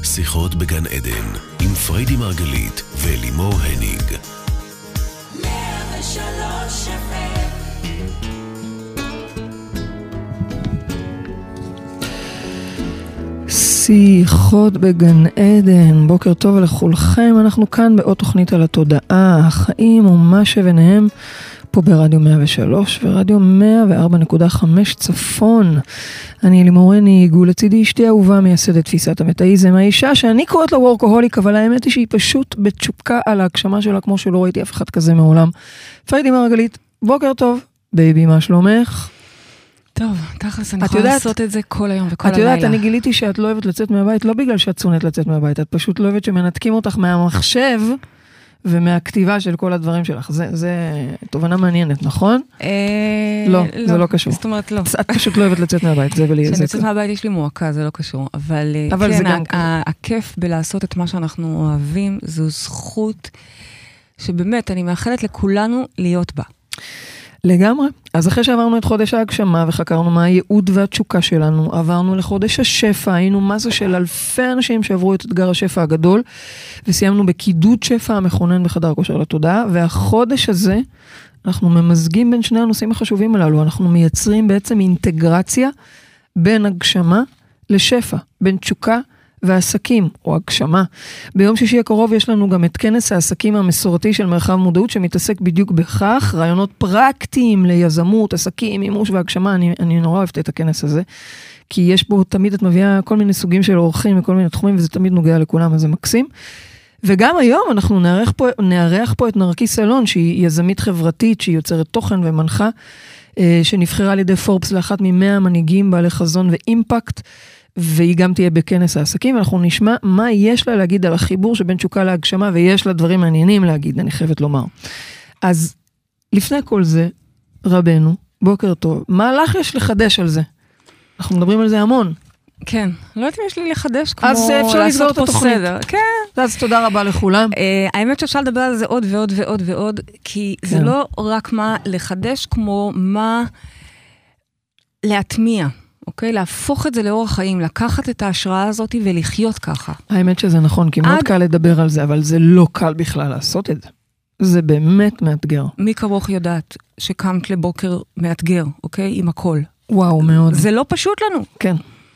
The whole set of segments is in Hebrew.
שיחות בגן עדן, עם פריידי מרגלית ולימור הניג. 103 שיחות בגן עדן, בוקר טוב לכולכם, אנחנו כאן בעוד תוכנית על התודעה, החיים ומה שביניהם, פה ברדיו 103 ורדיו 104.5 צפון. אני לימור הניג, ולצידי אשתי אהובה מייסדת תפיסת המטאיזם, האישה שאני קוראת לה וורקוהוליק, אבל האמת היא שהיא פשוט בתשוקה על ההגשמה שלה, כמו שלא ראיתי אף אחד כזה מעולם. פריידי מרגלית, בוקר טוב, בייבי, מה שלומך? טוב, תכלס, אני יכולה לעשות את זה כל היום וכל הלילה. את יודעת, אני גיליתי שאת לא אוהבת לצאת מהבית, לא בגלל שאת שונאת לצאת מהבית, את פשוט לא אוהבת שמנתקים אותך מהמחשב, ומהכתיבה של כל הדברים שלך. זה תובנה מעניינת, נכון? לא, זה לא קשור. זאת אומרת, לא. את פשוט לא אוהבת לצאת מהבית, זה ולי. כשאני יוצאת מהבית יש לי מועקה, זה לא קשור. אבל כן, הכיף בלעשות את מה שאנחנו אוהבים, זו זכות שבאמת, אני מאחלת לכולנו להיות בה. לגמרי. אז אחרי שעברנו את חודש ההגשמה וחקרנו מה הייעוד והתשוקה שלנו, עברנו לחודש השפע, היינו מסה של אלפי אנשים שעברו את אתגר השפע הגדול, וסיימנו בקידוד שפע המכונן בחדר כושר לתודעה, והחודש הזה אנחנו ממזגים בין שני הנושאים החשובים הללו, אנחנו מייצרים בעצם אינטגרציה בין הגשמה לשפע, בין תשוקה ועסקים, או הגשמה. ביום שישי הקרוב יש לנו גם את כנס העסקים המסורתי של מרחב מודעות, שמתעסק בדיוק בכך, רעיונות פרקטיים ליזמות, עסקים, מימוש והגשמה. אני נורא אוהבת את הכנס הזה, כי יש בו תמיד, את מביאה כל מיני סוגים של אורחים וכל מיני תחומים, וזה תמיד נוגע לכולם, אז זה מקסים. וגם היום אנחנו נארח פה את נרקיס אלון, שהיא יזמית חברתית, שהיא יוצרת תוכן ומנחה, שנבחרה על ידי פורבס לאחת מ100 מנהיגים בעלי חזון ואימפקט, והיא גם תהיה בכנס העסקים, ואנחנו נשמע מה יש לה להגיד על החיבור שבין תשוקה להגשמה, ויש לה דברים מעניינים להגיד, אני חייבת לומר. אז לפני כל זה, רבנו, בוקר טוב, מה לך יש לחדש על זה? אנחנו מדברים על זה המון. כן, לא יודעת אם יש לי לחדש כמו לעשות פה סדר. כן. אז תודה רבה לכולם. האמת שאפשר לדבר על זה עוד ועוד ועוד ועוד, כי זה לא רק מה לחדש, כמו מה להטמיע. אוקיי? להפוך את זה לאורח חיים, לקחת את ההשראה הזאת ולחיות ככה. האמת שזה נכון, כי מאוד קל לדבר על זה, אבל זה לא קל בכלל לעשות את זה. זה באמת מאתגר. מי כמוך יודעת שקמת לבוקר מאתגר, אוקיי? עם הכל. וואו, מאוד. זה לא פשוט לנו. כן.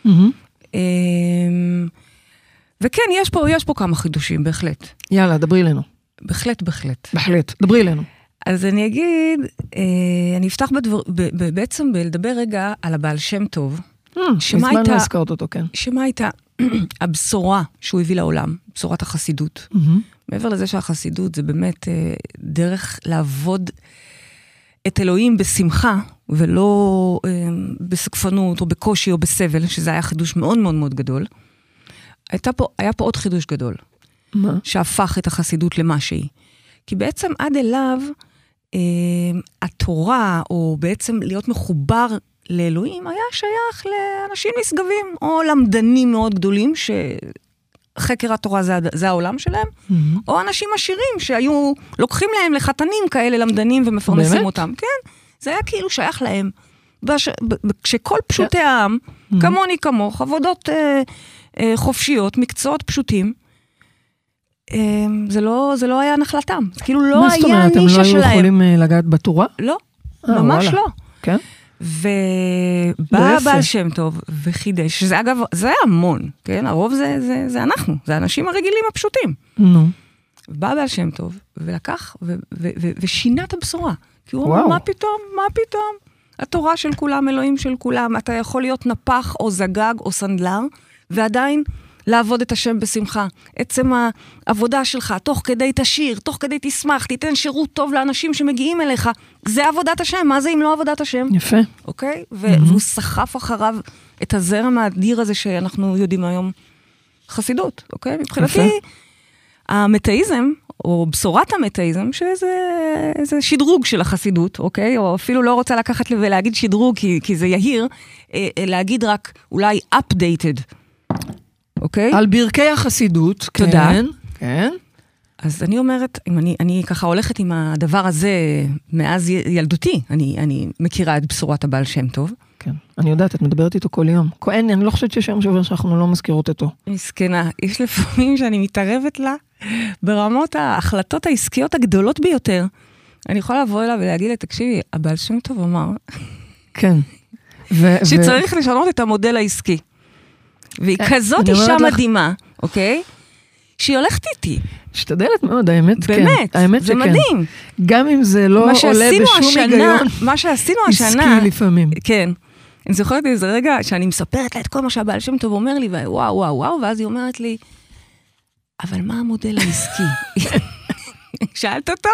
וכן, יש פה כמה חידושים, בהחלט. יאללה, דברי לנו. בהחלט. בהחלט, דברי לנו. אז אני אגיד, אני אפתח בעצם בלדבר רגע על הבעל שם טוב. מזמן לא הזכרת אותו, כן. שמה הייתה הבשורה שהוא הביא לעולם, בשורת החסידות. מעבר לזה שהחסידות זה באמת דרך לעבוד את אלוהים בשמחה, ולא בסקפנות או בקושי או בסבל, שזה היה חידוש מאוד מאוד מאוד גדול. היה פה עוד חידוש גדול. מה? שהפך את החסידות למה שהיא. כי בעצם עד אליו, התורה, או בעצם להיות מחובר לאלוהים, היה שייך לאנשים נשגבים, או למדנים מאוד גדולים, שחקר התורה זה העולם שלהם, או אנשים עשירים, שהיו לוקחים להם לחתנים כאלה למדנים, ומפרנסים אותם. כן, זה היה כאילו שייך להם. כשכל פשוטי העם, כמוני כמוך, עבודות חופשיות, מקצועות פשוטים, זה לא היה נחלתם. כאילו לא היה נישה שלהם. מה זאת אומרת, הם לא היו יכולים לגעת בתורה? לא, ממש לא. כן? ובא בעל שם טוב וחידש, שזה אגב, זה היה המון, כן? הרוב זה אנחנו, זה האנשים הרגילים הפשוטים. נו. בא בעל שם טוב, ולקח ושינה את הבשורה. כי הוא אומר, מה פתאום? התורה של כולם, אלוהים של כולם, אתה יכול להיות נפח או זגג או סנדלר, ועדיין לעבוד את השם בשמחה. עצם העבודה שלך, תוך כדי תשיר, תוך כדי תשמח, תיתן שירות טוב לאנשים שמגיעים אליך. זה עבודת השם, מה זה אם לא עבודת השם? יפה. אוקיי? והוא סחף אחריו את הזרם האדיר הזה שאנחנו יודעים היום חסידות, אוקיי? מבחינתי, המטאיזם, או בשורת המטאיזם, שזה שדרוג של החסידות, אוקיי? או אפילו לא רוצה לקחת ולהגיד שדרוג, כי זה יהיר, להגיד רק אולי updated, אוקיי? על ברכי החסידות. תודה. כן. אז אני אומרת, אם אני ככה הולכת עם הדבר הזה מאז ילדותי, אני מכירה את בשורת הבעל שם טוב. כן. אני יודעת, את מדברת איתו כל יום. אני לא חושבת שיש יום שעובר שאנחנו לא מזכירות אותו. מסכנה. יש לפעמים שאני מתערבת לה ברמות ההחלטות העסקיות הגדולות ביותר. אני יכולה לבוא אליו ולהגיד לה, תקשיבי, הבעל שם טוב אמר. כן. שצריך לשנות את המודל העסקי. והיא כזאת אישה מדהימה, אוקיי? שהיא הולכת איתי. משתדלת מאוד, האמת כן. באמת, זה מדהים. גם אם זה לא עולה בשום היגיון. מה שעשינו השנה... עסקי לפעמים. כן. אני זוכרת איזה רגע שאני מספרת לה את כל מה שהבעל שם טוב אומר לי, וואו, וואו, וואו, ואז היא אומרת לי, אבל מה המודל העסקי? שאלת אותו?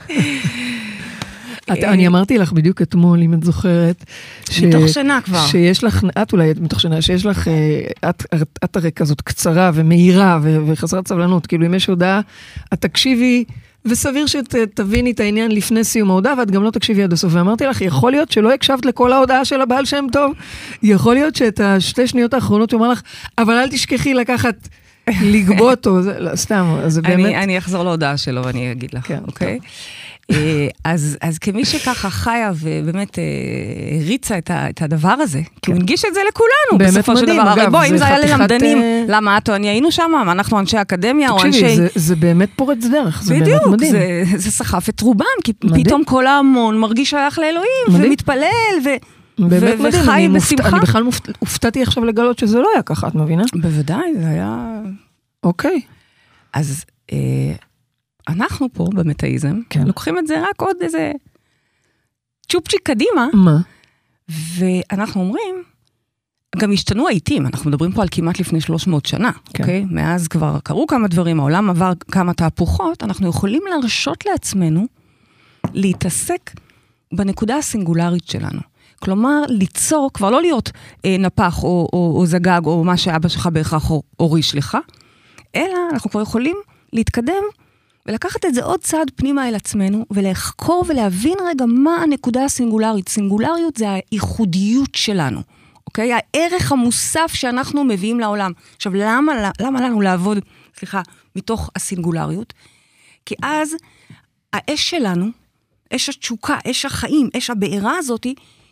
אני אמרתי לך בדיוק אתמול, אם את זוכרת, מתוך שנה כבר. שיש לך, את אולי מתוך שנה, שיש לך, את הרי כזאת קצרה ומהירה וחסרת סבלנות, כאילו אם יש הודעה, את תקשיבי, וסביר שתביני את העניין לפני סיום ההודעה, ואת גם לא תקשיבי עד הסוף. ואמרתי לך, יכול להיות שלא הקשבת לכל ההודעה של הבעל שם טוב, יכול להיות שאת השתי שניות האחרונות הוא אומר לך, אבל אל תשכחי לקחת, לגבות אותו, סתם, זה באמת... אני אחזור להודעה שלו ואני אגיד לך, אוקיי? אז כמי שככה חיה ובאמת הריצה את הדבר הזה, כי הוא הנגיש את זה לכולנו בסופו של דבר. הרי בוא, אם זה היה ללמדנים, למה את או אני היינו שם, אנחנו אנשי אקדמיה או אנשי... תקשיבי, זה באמת פורץ דרך, זה באמת מדהים. בדיוק, זה סחף את רובם, כי פתאום כל ההמון מרגיש שייך לאלוהים, ומתפלל, וחי בשמחה. אני בכלל הופתעתי עכשיו לגלות שזה לא היה ככה, את מבינה? בוודאי, זה היה... אוקיי. אז... אנחנו פה במטאיזם, לוקחים את זה רק עוד איזה צ'ופצ'יק קדימה, ואנחנו אומרים, גם השתנו העיתים, אנחנו מדברים פה על כמעט לפני 300 שנה, אוקיי? מאז כבר קרו כמה דברים, העולם עבר כמה תהפוכות, אנחנו יכולים להרשות לעצמנו להתעסק בנקודה הסינגולרית שלנו. כלומר, ליצור, כבר לא להיות נפח או זגג, או מה שאבא שלך בהכרח הוריש לך, אלא אנחנו כבר יכולים להתקדם, ולקחת את זה עוד צעד פנימה אל עצמנו, ולחקור ולהבין רגע מה הנקודה הסינגולרית. סינגולריות זה הייחודיות שלנו, אוקיי? הערך המוסף שאנחנו מביאים לעולם. עכשיו, למה לנו לעבוד, מתוך הסינגולריות? כי אז האש שלנו, אש התשוקה, אש החיים, אש הבעירה הזאת,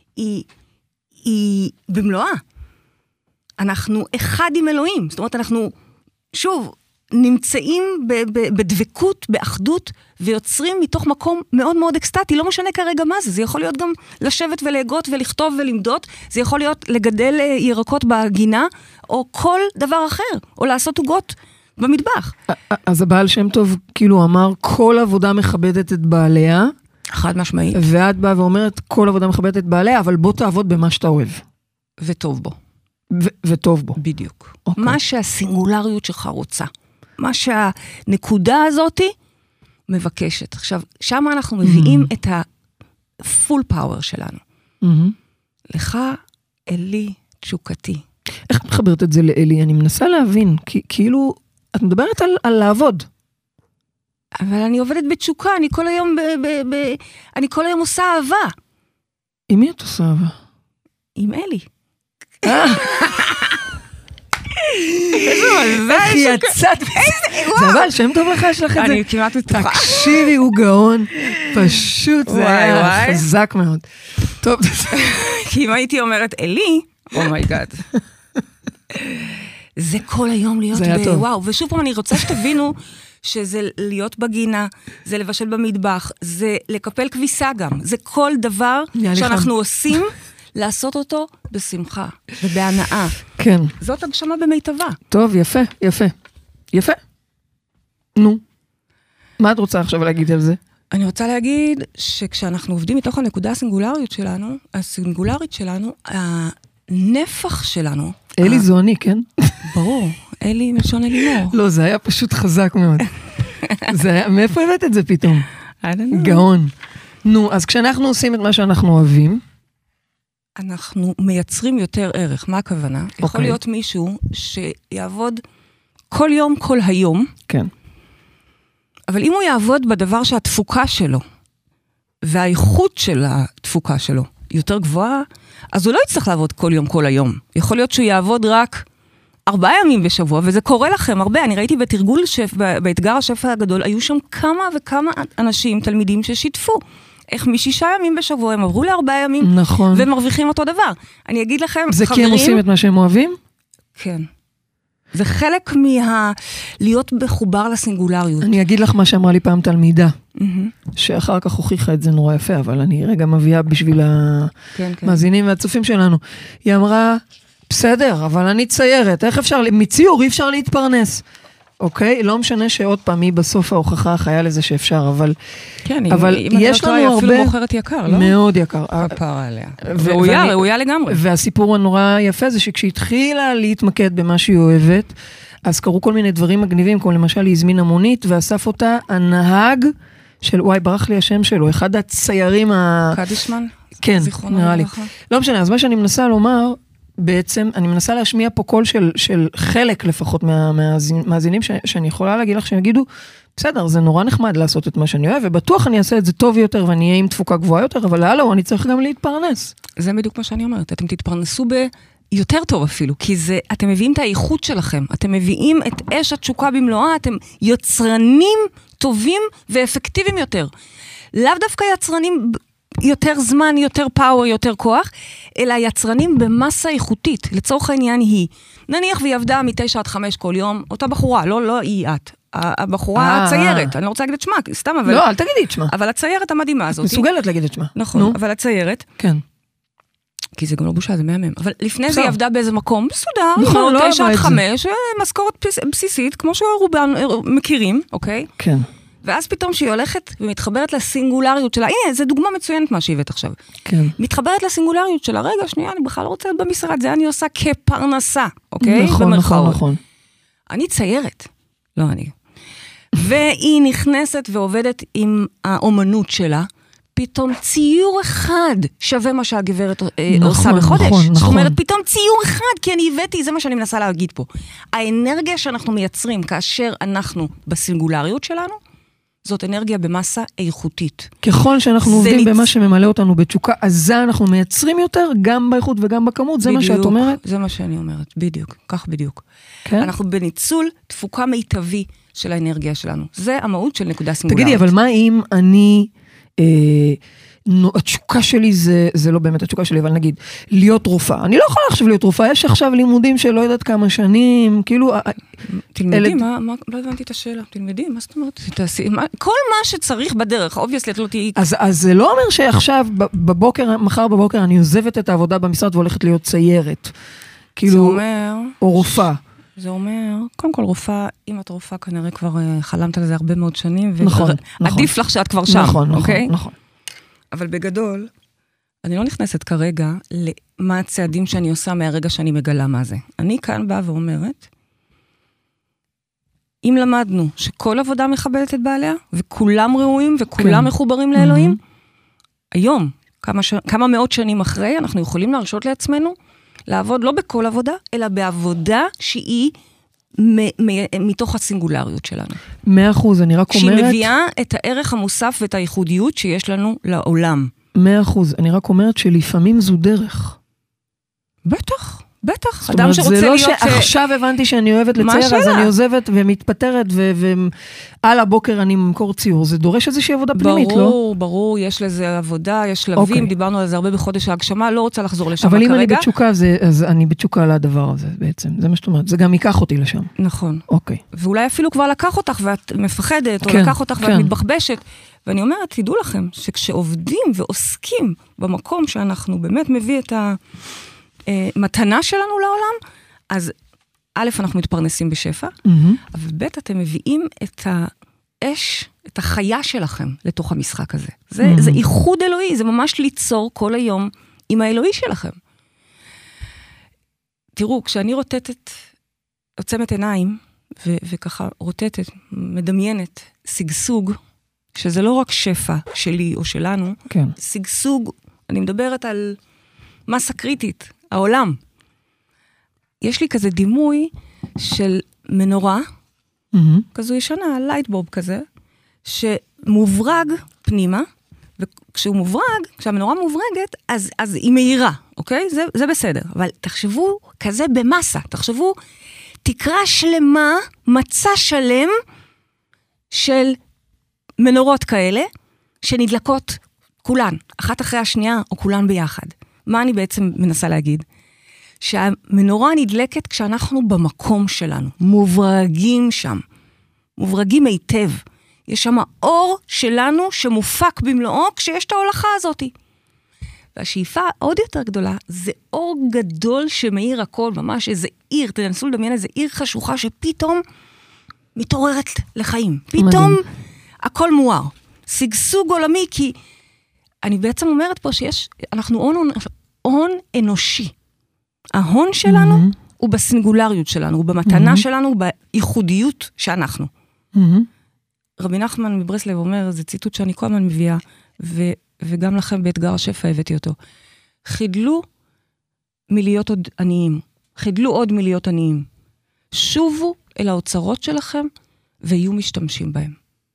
היא במלואה. אנחנו אחד עם אלוהים. זאת אומרת, אנחנו, שוב, נמצאים בדבקות, באחדות, ויוצרים מתוך מקום מאוד מאוד אקסטטי, לא משנה כרגע מה זה, זה יכול להיות גם לשבת ולהגות ולכתוב ולמדות, זה יכול להיות לגדל ירקות בגינה, או כל דבר אחר, או לעשות עוגות במטבח. אז הבעל שם טוב כאילו אמר, כל עבודה מכבדת את בעליה, חד משמעית. ואת באה ואומרת, כל עבודה מכבדת את בעליה, אבל בוא תעבוד במה שאתה אוהב. וטוב בו. וטוב בו. בדיוק. מה שהסינגולריות שלך רוצה. מה שהנקודה הזאת מבקשת. עכשיו, שם אנחנו מביאים את ה-full power שלנו. לך, אלי, תשוקתי. איך מחברת את זה לאלי? אני מנסה להבין, כאילו, את מדברת על לעבוד. אבל אני עובדת בתשוקה, אני כל היום עושה אהבה. עם מי את עושה אהבה? עם אלי. איך יצאת? זה אבל שם טוב לך יש לך את זה. אני כמעט מתוחה. תקשיבי, הוא גאון. פשוט זה היה חזק מאוד. טוב. כי אם הייתי אומרת אלי, אומייגאד. זה כל היום להיות בוואו. ושוב פעם אני רוצה שתבינו שזה להיות בגינה, זה לבשל במטבח, זה לקפל כביסה גם. זה כל דבר שאנחנו עושים, לעשות אותו בשמחה ובהנאה. כן. זאת הגשמה במיטבה. טוב, יפה, יפה. יפה. נו. מה את רוצה עכשיו להגיד על זה? אני רוצה להגיד שכשאנחנו עובדים מתוך הנקודה הסינגולרית שלנו, הנפח שלנו... אלי זו אני, כן? ברור. אלי מלשון אלימור. לא, זה היה פשוט חזק מאוד. מאיפה הבאת את זה פתאום? גאון. נו, אז כשאנחנו עושים את מה שאנחנו אוהבים, אנחנו מייצרים יותר ערך. מה הכוונה? יכול להיות מישהו שיעבוד כל יום, כל היום. כן. אבל אם הוא יעבוד בדבר שהתפוקה שלו, והאיכות של התפוקה שלו יותר גבוהה, אז הוא לא יצטרך לעבוד כל יום, כל היום. יכול להיות שהוא יעבוד רק 4 ימים בשבוע, וזה קורה לכם הרבה. אני ראיתי בתרגול באתגר השפע הגדול, היו שם כמה וכמה אנשים, תלמידים ששיתפו. איך מ6 ימים בשבוע הם עברו ל4 ימים, נכון. והם מרוויחים אותו דבר. אני אגיד לכם, זה חברים... כי הם עושים את מה שהם אוהבים? כן. זה חלק להיות מחובר לסינגולריות. אני אגיד לך מה שאמרה לי פעם תלמידה, שאחר כך הוכיחה את זה נורא יפה, אבל אני רגע מביאה בשביל המאזינים והצופים שלנו. היא אמרה, בסדר, אבל אני ציירת, איך אפשר, מציור אי אפשר להתפרנס. אוקיי? לא משנה שעוד פעם היא בסוף ההוכחה החיה לזה שאפשר, אבל... כן, אבל יש לנו הרבה... אפילו מוכרת יקר, לא? מאוד יקר. כפרה עליה. ראויה לגמרי. והסיפור הנורא יפה זה שכשהתחילה להתמקד במה שהיא אוהבת, אז קרו כל מיני דברים מגניבים, כמו למשל היא הזמינה מונית, ואסף אותה הנהג של, וואי, ברח לי השם שלו, אחד הציירים קדישמן? כן, נראה לי. לא משנה, אז מה שאני מנסה לומר... בעצם, אני מנסה להשמיע פה קול של חלק לפחות מהמאזינים שאני יכולה להגיד לך שהם יגידו, בסדר, זה נורא נחמד לעשות את מה שאני אוהב, ובטוח אני אעשה את זה טוב יותר ואני אהיה עם תפוקה גבוהה יותר, אבל הלו, אני צריך גם להתפרנס. זה בדיוק מה שאני אומרת, אתם תתפרנסו ביותר טוב אפילו, כי אתם מביאים את האיכות שלכם, אתם מביאים את אש התשוקה במלואה, אתם יצרנים טובים ואפקטיביים יותר. לאו דווקא יצרנים... יותר זמן, יותר פאוור, יותר כוח, אלא יצרנים במסה איכותית. לצורך העניין היא, נניח והיא עבדה מ9 עד 5 כל יום, אותה בחורה, לא היא את. הבחורה הציירת, אני לא רוצה להגיד את שמה, סתם, אבל... לא, אל תגידי את שמה. אבל הציירת המדהימה הזאת. מסוגלת להגיד את שמה. נכון, אבל הציירת... כן. כי זה גם לא בושה, זה מהמם. אבל לפני זה היא עבדה באיזה מקום מסודר, נכון, 9 עד 5, משכורת בסיסית, כמו שרובם מכירים, אוקיי? כן. ואז פתאום שהיא הולכת ומתחברת לסינגולריות שלה, הנה, זו דוגמה מצוינת מה שהבאת עכשיו. כן. מתחברת לסינגולריות שלה, רגע, שנייה, אני בכלל לא רוצה להיות במשרד, זה אני עושה כפרנסה, אוקיי? נכון, נכון, נכון. אני ציירת, לא אני. והיא נכנסת ועובדת עם האומנות שלה, פתאום ציור אחד שווה מה שהגברת עושה בחודש. נכון, נכון. זאת אומרת, פתאום ציור אחד, כי אני הבאתי, זה מה שאני מנסה להגיד פה. האנרגיה שאנחנו מייצרים כאשר אנחנו בסינגולריות שלנו, זאת אנרגיה במסה איכותית. ככל שאנחנו עובדים במה שממלא אותנו בתשוקה, אז זה אנחנו מייצרים יותר, גם באיכות וגם בכמות, זה מה שאת אומרת? זה מה שאני אומרת, בדיוק, כך בדיוק. כן? אנחנו בניצול תפוקה מיטבי של האנרגיה שלנו. זה המהות של נקודה סינגולרית. תגידי, אבל מה אם אני... התשוקה שלי זה לא באמת התשוקה שלי, אבל נגיד, להיות רופאה. אני לא יכולה עכשיו להיות רופאה, יש עכשיו לימודים שלא יודעת כמה שנים, כאילו... תלמדי, לא הבנתי את השאלה, תלמדי, מה זאת אומרת? כל מה שצריך בדרך, obviously את לא תהיי... אז זה לא אומר שעכשיו, מחר בבוקר, אני עוזבת את העבודה במשרד והולכת להיות ציירת. כאילו, או רופאה. זה אומר, קודם כל רופאה, אם את רופאה כנראה כבר חלמת על זה הרבה מאוד שנים, ועדיף לך שאת כבר שם, אוקיי? נכון. אבל בגדול, אני לא נכנסת כרגע למה הצעדים שאני עושה מהרגע שאני מגלה מה זה. אני כאן באה ואומרת, אם למדנו שכל עבודה מכבדת את בעליה, וכולם ראויים וכולם מחוברים לאלוהים, היום, כמה מאות שנים אחרי, אנחנו יכולים להרשות לעצמנו, לעבוד לא בכל עבודה, אלא בעבודה שהיא מתוך הסינגולריות שלנו. 100%, אני רק אומרת... שהיא מביאה את הערך המוסף ואת הייחודיות שיש לנו לעולם. 100%, אני רק אומרת שלפעמים זו דרך. בטח, בטח. זאת אומרת, זה לא שעכשיו הבנתי שאני אוהבת לצייר, אז אני עוזבת ומתפטרת, ועל הבוקר אני ממקור ציור. זה דורש איזושהי עבודה פנימית, לא? ברור, יש לזה עבודה, יש שלבים, דיברנו על זה הרבה בחודש ההגשמה, לא רוצה לחזור לשם כרגע. אבל אם אני בתשוקה, אז אני בתשוקה על הדבר הזה בעצם, זה מה שאת אומרת, זה גם ייקח אותי לשם. נכון. אוקיי. ואולי אפילו כבר לקח אותך ואת מפחדת, או לקח אותך ואת מתבחבשת. ואני אומרת, תדעו לכם, שכשעובדים ועוסקים במקום שאנחנו באמת מביא את המתנה שלנו לעולם, אז א', אנחנו מתפרנסים בשפע, אבל ב', אתם מביאים את האש, את החיה שלכם לתוך המשחק הזה. זה איחוד אלוהי, זה ממש ליצור כל היום עם האלוהי שלכם. תראו, כשאני רוטטת, עוצמת עיניים, וככה רוטטת, מדמיינת, סגסוג, שזה לא רק שפע שלי או שלנו, כן. סגסוג, אני מדברת על מסה קריטית, העולם. יש לי כזה דימוי של מנורה, כזו ישנה, לייטבולב כזה, שמוברג פנימה, וכשהוא מוברג, כשהמנורה מוברגת, אז היא מהירה, אוקיי? זה בסדר. אבל תחשבו כזה במסה, תחשבו תקרה שלמה, מצע שלם של מנורות כאלה, שנדלקות כולן, אחת אחרי השנייה, או כולן ביחד. מה אני בעצם מנסה להגיד? שהמנורה נדלקת כשאנחנו במקום שלנו, מוברגים שם, מוברגים היטב. יש שם אור שלנו שמופק במלואו כשיש את ההולכה הזאת. והשאיפה עוד יותר גדולה, זה אור גדול שמאיר הכל, ממש איזה עיר, תנסו לדמיין איזה עיר חשוכה שפתאום מתעוררת לחיים. פתאום הכל מואר. סגסוג עולמי, כי אני בעצם אומרת פה אנחנו הון אנושי. ההון שלנו הוא בסינגולריות שלנו, הוא במתנה שלנו, הוא בייחודיות שאנחנו. רבי נחמן מברסלב אומר, זה ציטוט שאני כל הזמן מביאה, וגם לכם באתגר השפע הבאתי אותו. חידלו מלהיות עוד עניים. חידלו עוד מלהיות עניים. שובו אל האוצרות שלכם, ויהיו משתמשים בהם.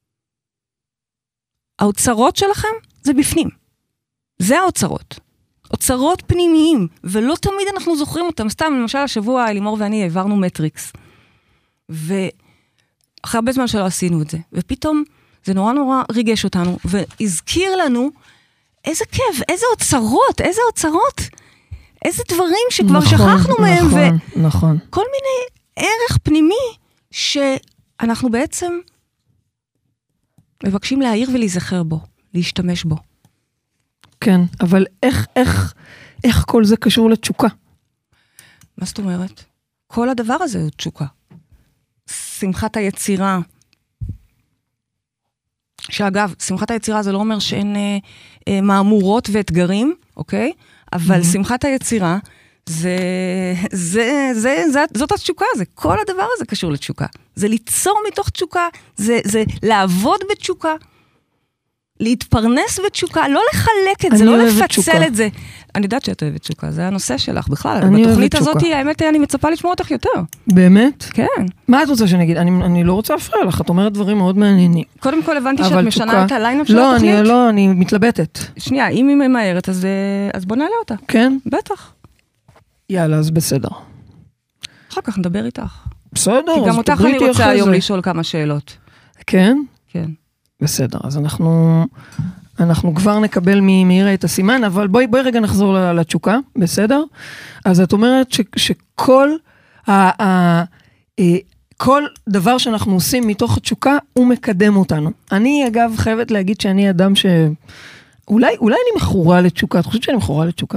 האוצרות שלכם זה בפנים. זה האוצרות. אוצרות פנימיים, ולא תמיד אנחנו זוכרים אותם. סתם, למשל, השבוע לימור ואני העברנו מטריקס. ואחרי הרבה זמן שלא עשינו את זה. ופתאום זה נורא נורא ריגש אותנו, והזכיר לנו איזה כיף, איזה אוצרות, איזה דברים שכבר שכחנו מהם. נכון. כל מיני ערך פנימי שאנחנו בעצם מבקשים להעיר ולהיזכר בו, להשתמש בו. כן, אבל איך כל זה קשור לתשוקה? מה זאת אומרת? כל הדבר הזה הוא תשוקה. שמחת היצירה, שאגב, שמחת היצירה זה לא אומר שאין מאמורות ואתגרים, אוקיי? אבל שמחת היצירה, זאת התשוקה, כל הדבר הזה קשור לתשוקה. זה ליצור מתוך תשוקה, זה לעבוד בתשוקה, להתפרנס בתשוקה, לא לחלק את זה, לא לפצל את זה. אני יודעת שאת אוהבת תשוקה, זה הנושא שלך בכלל. בתוכנית הזאת, האמת, אני מצפה לשמוע אותך יותר. באמת? כן. מה את רוצה שנגיד? אני לא רוצה להפריע לך, את אומרת דברים מאוד מעניינים. קודם כל הבנתי שאת משנה את הליינאפ של התוכנית. לא, אני מתלבטת. שנייה, אם היא ממהרת, אז בוא נעלה אותה. כן? בטח. יאללה, אז בסדר. אחר כך נדבר איתך. בסדר, כי גם אותך אני רוצה היום לשאול כמה שאלות. כן? כן. בסדר, אז אנחנו כבר נקבל ממאירה את הסימן, אבל בואי רגע נחזור לתשוקה, בסדר? אז את אומרת שכל כל דבר שאנחנו עושים מתוך התשוקה, הוא מקדם אותנו. אני אגב חייבת להגיד שאני אדם אולי אני מכורה לתשוקה. את חושבת שאני מכורה לתשוקה?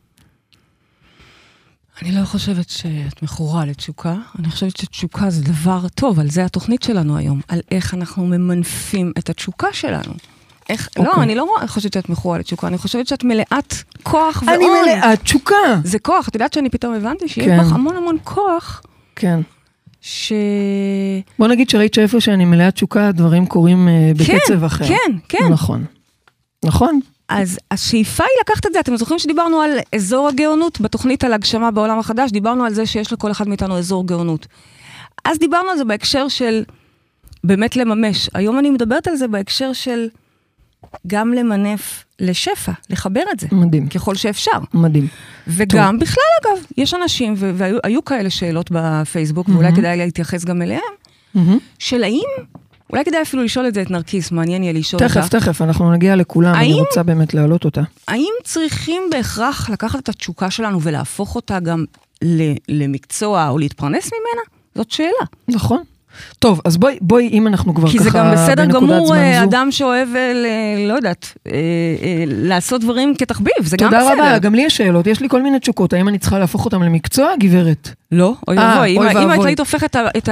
אני לא חושבת שאת מכורה לתשוקה, אני חושבת שתשוקה זה דבר טוב, על זה התוכנית שלנו היום, על איך אנחנו ממנפים את התשוקה שלנו. לא, אני לא חושבת שאת מכורה לתשוקה, אני חושבת שאת מלאת כוח ועון. אני מלאת תשוקה. זה כוח, את יודעת שאני פתאום הבנתי שיש בך המון המון כוח. כן. בוא נגיד שראית שאיפה שאני מלאת תשוקה, הדברים קורים בקצב אחר. כן. נכון. אז השאיפה היא לקחת את זה, אתם זוכרים שדיברנו על אזור הגאונות, בתוכנית על הגשמה בעולם החדש, דיברנו על זה שיש לכל אחד מאיתנו אזור גאונות. אז דיברנו על זה בהקשר של באמת לממש. היום אני מדברת על זה בהקשר של גם למנף לשפע, לחבר את זה. מדהים. ככל שאפשר. מדהים. וגם טוב. בכלל אגב, יש אנשים, והיו כאלה שאלות בפייסבוק, ואולי כדאי להתייחס גם אליהם, של האם אולי כדאי אפילו לשאול את זה את נרקיס, מעניין יהיה לשאול אותה. תכף, אנחנו נגיע לכולם, אני רוצה באמת להעלות אותה. האם צריכים בהכרח לקחת את התשוקה שלנו ולהפוך אותה גם למקצוע או להתפרנס ממנה? זאת שאלה. נכון. טוב, אז בואי, אם אנחנו כבר ככה כי זה גם בסדר גמור זו. אדם שאוהב, לא יודעת, לעשות דברים כתחביב, זה גם בסדר. תודה רבה, גם לי יש שאלות, יש לי כל מיני תשוקות, האם אני צריכה להפוך אותם למקצוע, גברת? לא, אוי ואבוי, אם היית הופכת את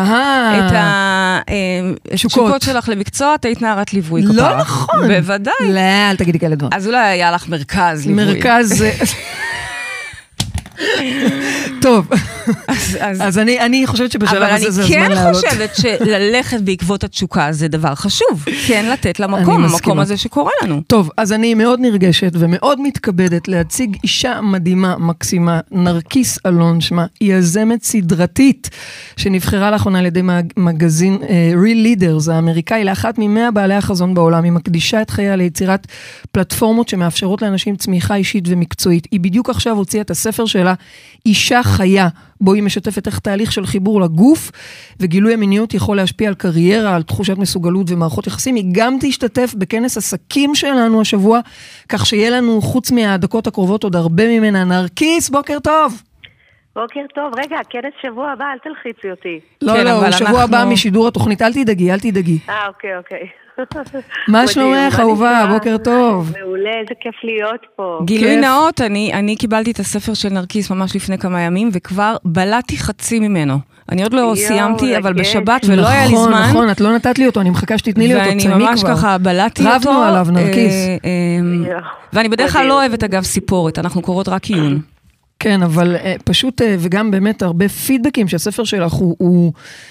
התשוקות שלך למקצוע, את היית נערת ליווי כפרה. לא נכון. בוודאי. לא, אל תגידי כאלה דבר. אז אולי היה לך מרכז ליווי. מרכז טוב, אז אני חושבת שבשלב הזה זה הזמן לעלות. אבל אני כן חושבת שללכת בעקבות התשוקה זה דבר חשוב, כן לתת למקום, המקום הזה שקורה לנו. טוב, אז אני מאוד נרגשת ומאוד מתכבדת להציג אישה מדהימה, מקסימה, נרקיס אלון, שמה, היא יזמת סדרתית, שנבחרה לאחרונה על ידי מגזין Real Leaders, האמריקאי, לאחת מ100 בעלי החזון בעולם, היא מקדישה את חייה ליצירת פלטפורמות שמאפשרות לאנשים צמיחה אישית ומקצועית. היא בדיוק עכשיו הוציאה את הספר שלה, אישה חיה, בו היא משתפת איך תהליך של חיבור לגוף, וגילוי המיניות יכול להשפיע על קריירה, על תחושת מסוגלות ומערכות יחסים. היא גם תשתתף בכנס עסקים שלנו השבוע, כך שיהיה לנו חוץ מהדקות הקרובות עוד הרבה ממנה. נרקיס, בוקר טוב. בוקר טוב. רגע, כנס שבוע הבא, אל תלחיצי אותי. לא, שבוע הבא משידור התוכנית, אל תדאגי. אוקיי. מה שלומך, אהובה? בוקר טוב. מעולה, איזה כיף להיות פה. גילוי נאות, אני קיבלתי את הספר של נרקיס ממש לפני כמה ימים, וכבר בלעתי חצי ממנו. אני עוד לא סיימתי, אבל בשבת, ולא היה לי זמן. נכון, את לא נתת לי אותו, אני מחכה שתתני לי אותו, ואני ממש ככה בלעתי אותו. רבנו עליו, נרקיס. ואני בדרך כלל לא אוהבת, אגב, סיפורת, אנחנו קוראות רק עיון. כן, אבל פשוט, וגם באמת הרבה פידבקים שהספר שלך הוא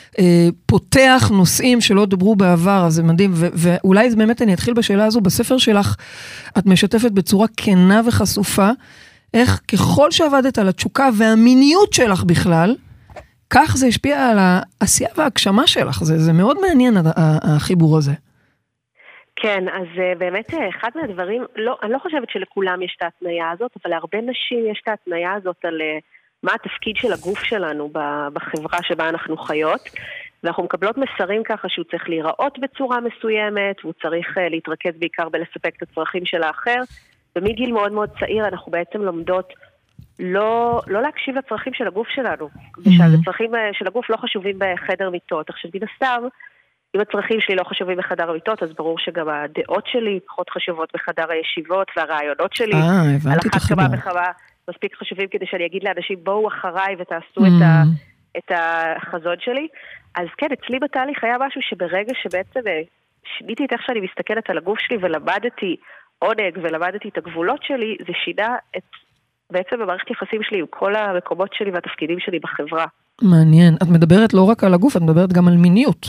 פותח נושאים שלא דברו בעבר, אז זה מדהים, ואולי באמת אני אתחיל בשאלה הזו, בספר שלך את משתפת בצורה כנה וחשופה, איך ככל שעבדת על התשוקה והמיניות שלך בכלל, כך זה השפיע על העשייה וההגשמה שלך, זה מאוד מעניין החיבור הזה. כן, אז באמת אחד מהדברים, אני לא חושבת שלכולם יש את ההתניה הזאת, אבל להרבה נשים יש את ההתניה הזאת על מה התפקיד של הגוף שלנו בחברה שבה אנחנו חיות, ואנחנו מקבלות מסרים ככה שהוא צריך להיראות בצורה מסוימת, והוא צריך להתרכז בעיקר בלספק את הצרכים של האחר, ומגיל מאוד מאוד צעיר אנחנו בעצם לומדות לא להקשיב לצרכים של הגוף שלנו, ושהצרכים של הגוף לא חשובים בחדר מיטות. עכשיו מן הסתם, אם הצרכים שלי לא חשובים בחדר המיטות, אז ברור שגם הדעות שלי פחות חשובות בחדר הישיבות, והרעיונות שלי על אחת כמה וכמה מספיק חשובים כדי שאני אגיד לאנשים, בואו אחריי ותעשו את החזון שלי. אז כן, אצלי בתהליך היה משהו שברגע שבעצם שיניתי את איך שאני מסתכלת על הגוף שלי, ולמדתי עונג ולמדתי את הגבולות שלי, זה שינה בעצם במערכת יחסים שלי עם כל המקומות שלי והתפקידים שלי בחברה. מעניין. את מדברת לא רק על הגוף, את מדברת גם על מיניות.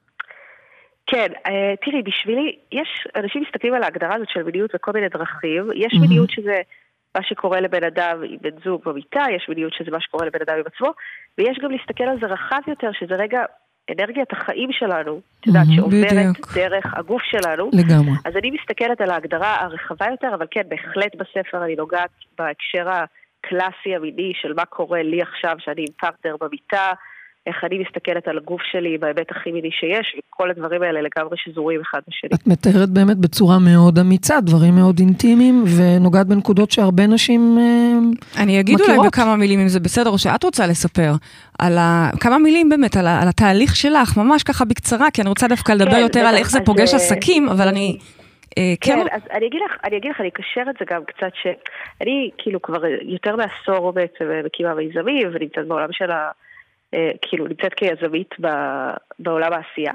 כן, תראי, בשבילי, יש, אנשים מסתכלים על ההגדרה הזאת של מיניות בכל מיני דרכים. יש מיניות שזה מה שקורה לבן אדם עם בן זוג במיטה, יש מיניות שזה מה שקורה לבן אדם עם עצמו, ויש גם להסתכל על זה רחב יותר, שזה רגע אנרגיית החיים שלנו, את יודעת, שעוברת דרך הגוף שלנו. לגמרי. אז אני מסתכלת על ההגדרה הרחבה יותר, אבל כן, בהחלט בספר אני נוגעת בהקשר הקלאסי המיני של מה קורה לי עכשיו, שאני עם פרטנר במיטה, איך אני מסתכלת על הגוף שלי בהיבט הכי מיני שיש, וכל הדברים האלה לגמרי שזורים אחד בשני. את מתארת באמת בצורה מאוד אמיצה, דברים מאוד אינטימיים, ונוגעת בנקודות שהרבה נשים מכירות. אני אגיד אולי בכמה מילים אם זה בסדר, או שאת רוצה לספר, על כמה מילים באמת, על התהליך שלך, ממש ככה בקצרה, כי אני רוצה דווקא לדבר יותר על איך זה פוגש עסקים, אבל אני... כן, אז אני אגיד לך, אני אקשר את זה גם קצת שאני כאילו כבר יותר מעשור בעצם מקימה מיזמים, ונמצאת בעולם של כאילו נמצאת כיזמית בעולם העשייה.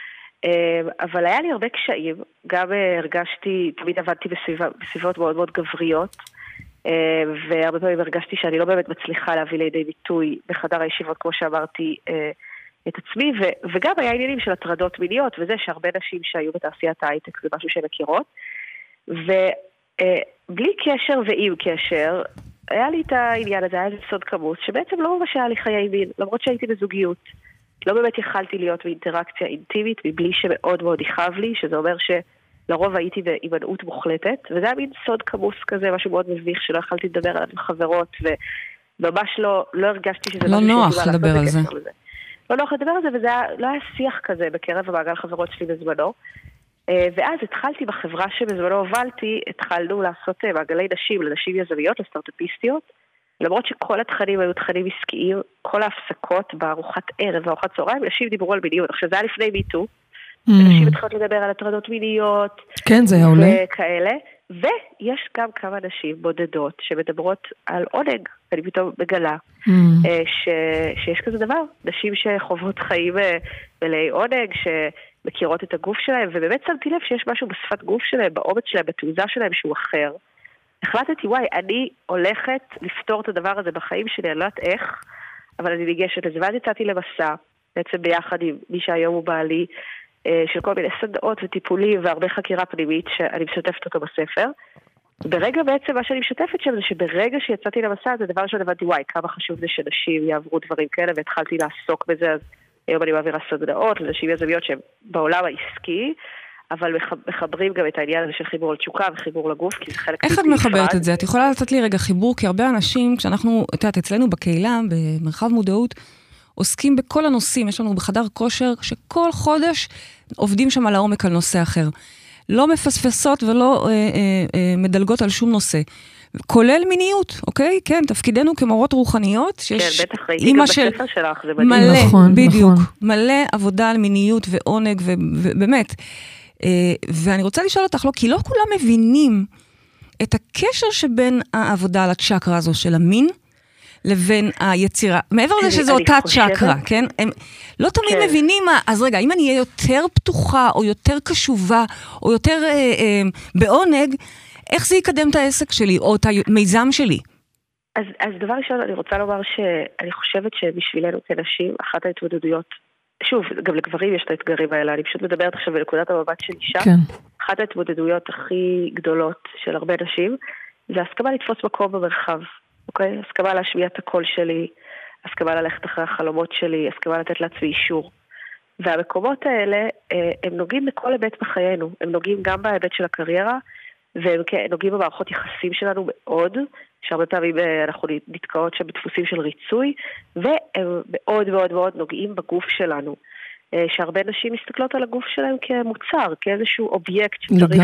אבל היה לי הרבה קשיים, גם הרגשתי, תמיד עבדתי בסביבות מאוד מאוד גבריות, והרבה פעמים הרגשתי שאני לא באמת מצליחה להביא לידי ביטוי בחדר הישיבות, כמו שאמרתי, את עצמי, וגם היה עניינים של הטרדות מיניות, וזה שהרבה נשים שהיו בתעשיית ההייטק, זה משהו שהן מכירות, ובלי קשר ועם קשר, היה לי את העניין הזה, היה לי סוד כמוס, שבעצם לא ממש היה לי חיי מין, למרות שהייתי בזוגיות. לא באמת יכלתי להיות באינטראקציה אינטימית, מבלי שמאוד מאוד יכאב לי, שזה אומר שלרוב הייתי בהימנעות מוחלטת, וזה היה מין סוד כמוס כזה, משהו מאוד מביך, שלא יכלתי לדבר עליו עם חברות, וממש לא הרגשתי שזה לא נוח לדבר על זה. לא נוח לדבר על זה, וזה לא היה שיח כזה בקרב המעגל חברות שלי בזמנו. ואז התחלתי בחברה שבזמנו הובלתי, התחלנו לעשות מעגלי נשים לנשים יזמיות, לסטארט-אפיסטיות, למרות שכל התכנים היו תכנים עסקיים, כל ההפסקות בארוחת ערב וארוחת צהריים, נשים דיברו על מיניות. עכשיו זה היה לפני מיטו, נשים התחלות לדבר על הטרדות מיניות, כן, זה היה עולה. וכאלה, ויש גם כמה נשים בודדות שמדברות על עונג, אני פתאום מגלה, שיש כזה דבר, נשים שחוות חיים מלאי עונג, מכירות את הגוף שלהם, ובאמת שמתי לב שיש משהו בשפת גוף שלהם, באומץ שלהם, בתעוזה שלהם שהוא אחר. החלטתי, וואי, אני הולכת לפתור את הדבר הזה בחיים שלי, אני לא יודעת איך, אבל אני ניגשת לזה, ואז יצאתי למסע, בעצם ביחד עם מי שהיום הוא בעלי, של כל מיני סדנאות וטיפולים, והרבה חקירה פנימית, שאני משתפת אותו בספר. ברגע בעצם מה שאני משתפת שם, זה שברגע שיצאתי למסע, זה דבר שאני הבנתי, וואי, כמה חשוב זה שנשים יעברו דברים כאלה, והתחלתי לעסוק בזה, אז היום אני מעבירה סדנאות לנשים יזמיות שהן בעולם העסקי, אבל מחברים גם את העניין הזה של חיבור לתשוקה וחיבור לגוף, כי זה חלק... איך את מחברת את זה? את יכולה לתת לי רגע חיבור, כי הרבה אנשים, כשאנחנו, אצלנו בקהילה, במרחב מודעות, עוסקים בכל הנושאים, יש לנו בחדר כושר, שכל חודש עובדים שם על העומק על נושא אחר. לא מפספסות ולא מדלגות על שום נושא. כולל מיניות, אוקיי? כן, תפקידנו כמורות רוחניות, שיש... כן, בטח ראיתי גם בספר שלך, זה מדהים. מלא, נכון, בדיוק. נכון. מלא עבודה על מיניות ועונג, ובאמת. ואני רוצה לשאול אותך, לא, כי לא כולם מבינים את הקשר שבין העבודה על הצ'קרה הזו של המין, לבין היצירה. מעבר לזה שזו אותה צ'קרה, כן? הם לא תמיד מבינים מה, אז רגע, אם אני אהיה יותר פתוחה, או יותר קשובה, או יותר בעונג, איך זה יקדם את העסק שלי, או את המיזם שלי? אז דבר ראשון, אני רוצה לומר שאני חושבת שבשבילנו כנשים, אחת ההתמודדויות, שוב, גם לגברים יש את האתגרים האלה, אני פשוט מדברת עכשיו בנקודת המבט של אישה, כן. אחת ההתמודדויות הכי גדולות של הרבה נשים, זה הסכמה לתפוס מקום במרחב, אוקיי? הסכמה להשמיע את הקול שלי, הסכמה ללכת אחרי החלומות שלי, הסכמה לתת לעצמי אישור. והמקומות האלה, הם נוגעים בכל היבט בחיינו, הם נוגעים גם בהיבט של הקריירה, והם נוגעים במערכות יחסים שלנו מאוד, שהרבה פעמים אנחנו נתקעות שם בדפוסים של ריצוי, והם מאוד מאוד מאוד נוגעים בגוף שלנו. שהרבה נשים מסתכלות על הגוף שלהם כמוצר, כאיזשהו אובייקט שצריך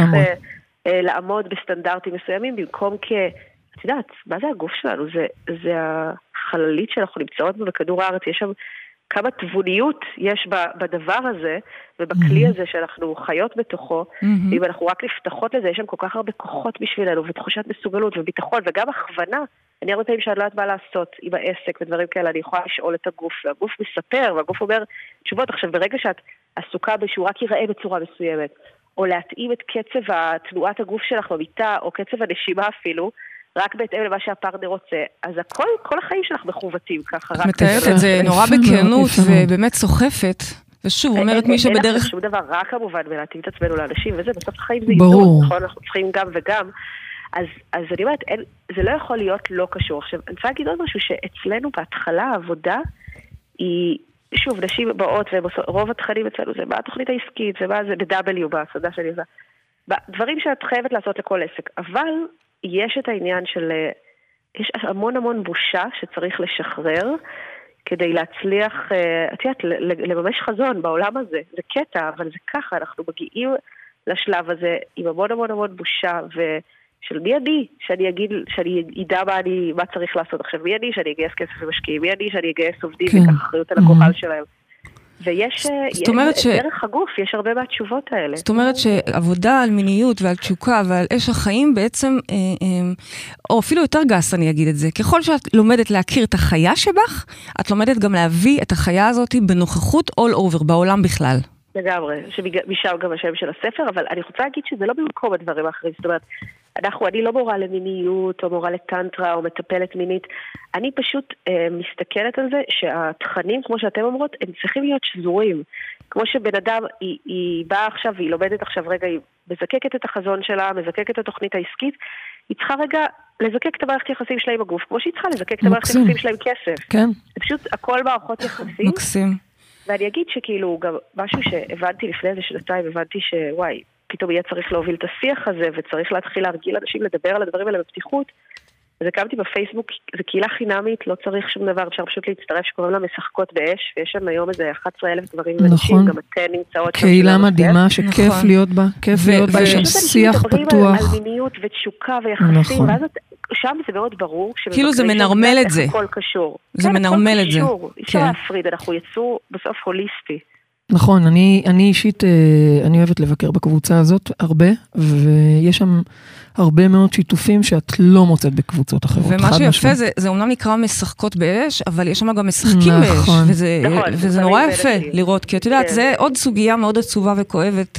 לעמוד בסטנדרטים מסוימים, במקום את יודעת, מה זה הגוף שלנו? זה החללית שאנחנו נמצאות בכדור הארץ, יש שם כמה תבוניות יש בדבר הזה, ובכלי הזה שאנחנו חיות בתוכו, ואם אנחנו רק נפתחות לזה, יש שם כל כך הרבה כוחות בשבילנו, ותחושת מסוגלות וביטחון, וגם הכוונה. אני הרבה פעמים שאני לא יודעת מה לעשות עם העסק ודברים כאלה, אני יכולה לשאול את הגוף, והגוף מספר, והגוף אומר תשובות. עכשיו, ברגע שאת עסוקה שהוא רק ייראה בצורה מסוימת, או להתאים את קצב תנועת הגוף שלך במיטה, או קצב הנשימה אפילו, רק בהתאם למה שהפרטנר רוצה, אז כל החיים שלך מחוותים ככה. את מתארת את זה נורא בכנות ובאמת סוחפת, ושוב, אומרת מי שבדרך... אין שום דבר, רק כמובן, ולהתאים את עצמנו לאנשים, וזה, בסוף החיים זה איזון, נכון? אנחנו צריכים גם וגם. אז אני אומרת, זה לא יכול להיות לא קשור. עכשיו, אני רוצה להגיד עוד משהו, שאצלנו בהתחלה העבודה היא, שוב, נשים באות, ורוב התכנים אצלנו זה מה התוכנית העסקית, זה מה זה ב-W, בסדה שאני עושה. דברים שאת חייבת לעשות לכל עסק, אבל יש את העניין של, יש המון המון בושה שצריך לשחרר, כדי להצליח, את יודעת, לממש חזון בעולם הזה. זה קטע, אבל זה ככה, אנחנו מגיעים לשלב הזה עם המון המון המון בושה, ושל מי אני, שאני ידע מה צריך לעשות עכשיו, מי אני, שאני אגייס כסף ומשקיעים, מי אני, שאני אגייס עובדים וכך אחריות על הגורל שלהם. ויש, דרך הגוף, יש הרבה מהתשובות האלה. זאת אומרת שעבודה על מיניות ועל תשוקה ועל אש החיים בעצם, או אפילו יותר גס אני אגיד את זה, ככל שאת לומדת להכיר את החיה שבך, את לומדת גם להביא את החיה הזאת בנוכחות all over, בעולם בכלל. לגמרי, שמשם גם השם של הספר, אבל אני רוצה להגיד שזה לא במקום הדברים האחרים, זאת אומרת, אני לא מורה למיניות או מורה לטנטרה או מטפלת מינית, אני פשוט מסתכלת על זה שהתכנים, כמו שאתם אומרות, הם צריכים להיות שזורים. כמו שבן אדם, היא באה עכשיו והיא לומדת עכשיו רגע, היא מזקקת את החזון שלה, מזקקת את התוכנית העסקית, היא צריכה רגע לזקק את המערכת יחסים שלה עם הגוף, כמו שהיא צריכה לזקק את המערכת יחסים שלה עם כסף. כן. זה פשוט הכל מערכות יחסים. מקסים. ואני אגיד שכאילו גם משהו שהבנתי לפני איזה שנתיים, הבנתי שוואי, פתאום יהיה צריך להוביל את השיח הזה, וצריך להתחיל להרגיל אנשים לדבר על הדברים האלה בפתיחות. אז הקמתי בפייסבוק, זו קהילה חינמית, לא צריך שום דבר, אפשר פשוט להצטרף שקוראים לה משחקות באש, ויש שם היום איזה 11,000 דברים ונשים, גם אתן נמצאות. קהילה מדהימה שכיף להיות בה, כיף להיות בה, יש שם שיח פתוח. על מיניות ותשוקה ויחסים, ואז שם זה מאוד ברור. כאילו זה מנרמל את זה. הכל קשור. זה מנרמל את זה. אפשר להפריד, אנחנו יצאו בסוף הוליסטי. נכון, אני אישית, אני אוהבת לבקר בקבוצה הזאת הרבה, ויש שם הרבה מאוד שיתופים שאת לא מוצאת בקבוצות אחרות. ומה שיפה זה אומנם נקרא משחקות באש, אבל יש שם גם משחקים באש, וזה נורא יפה לראות, כי את יודעת, זה עוד סוגיה מאוד עצובה וכואבת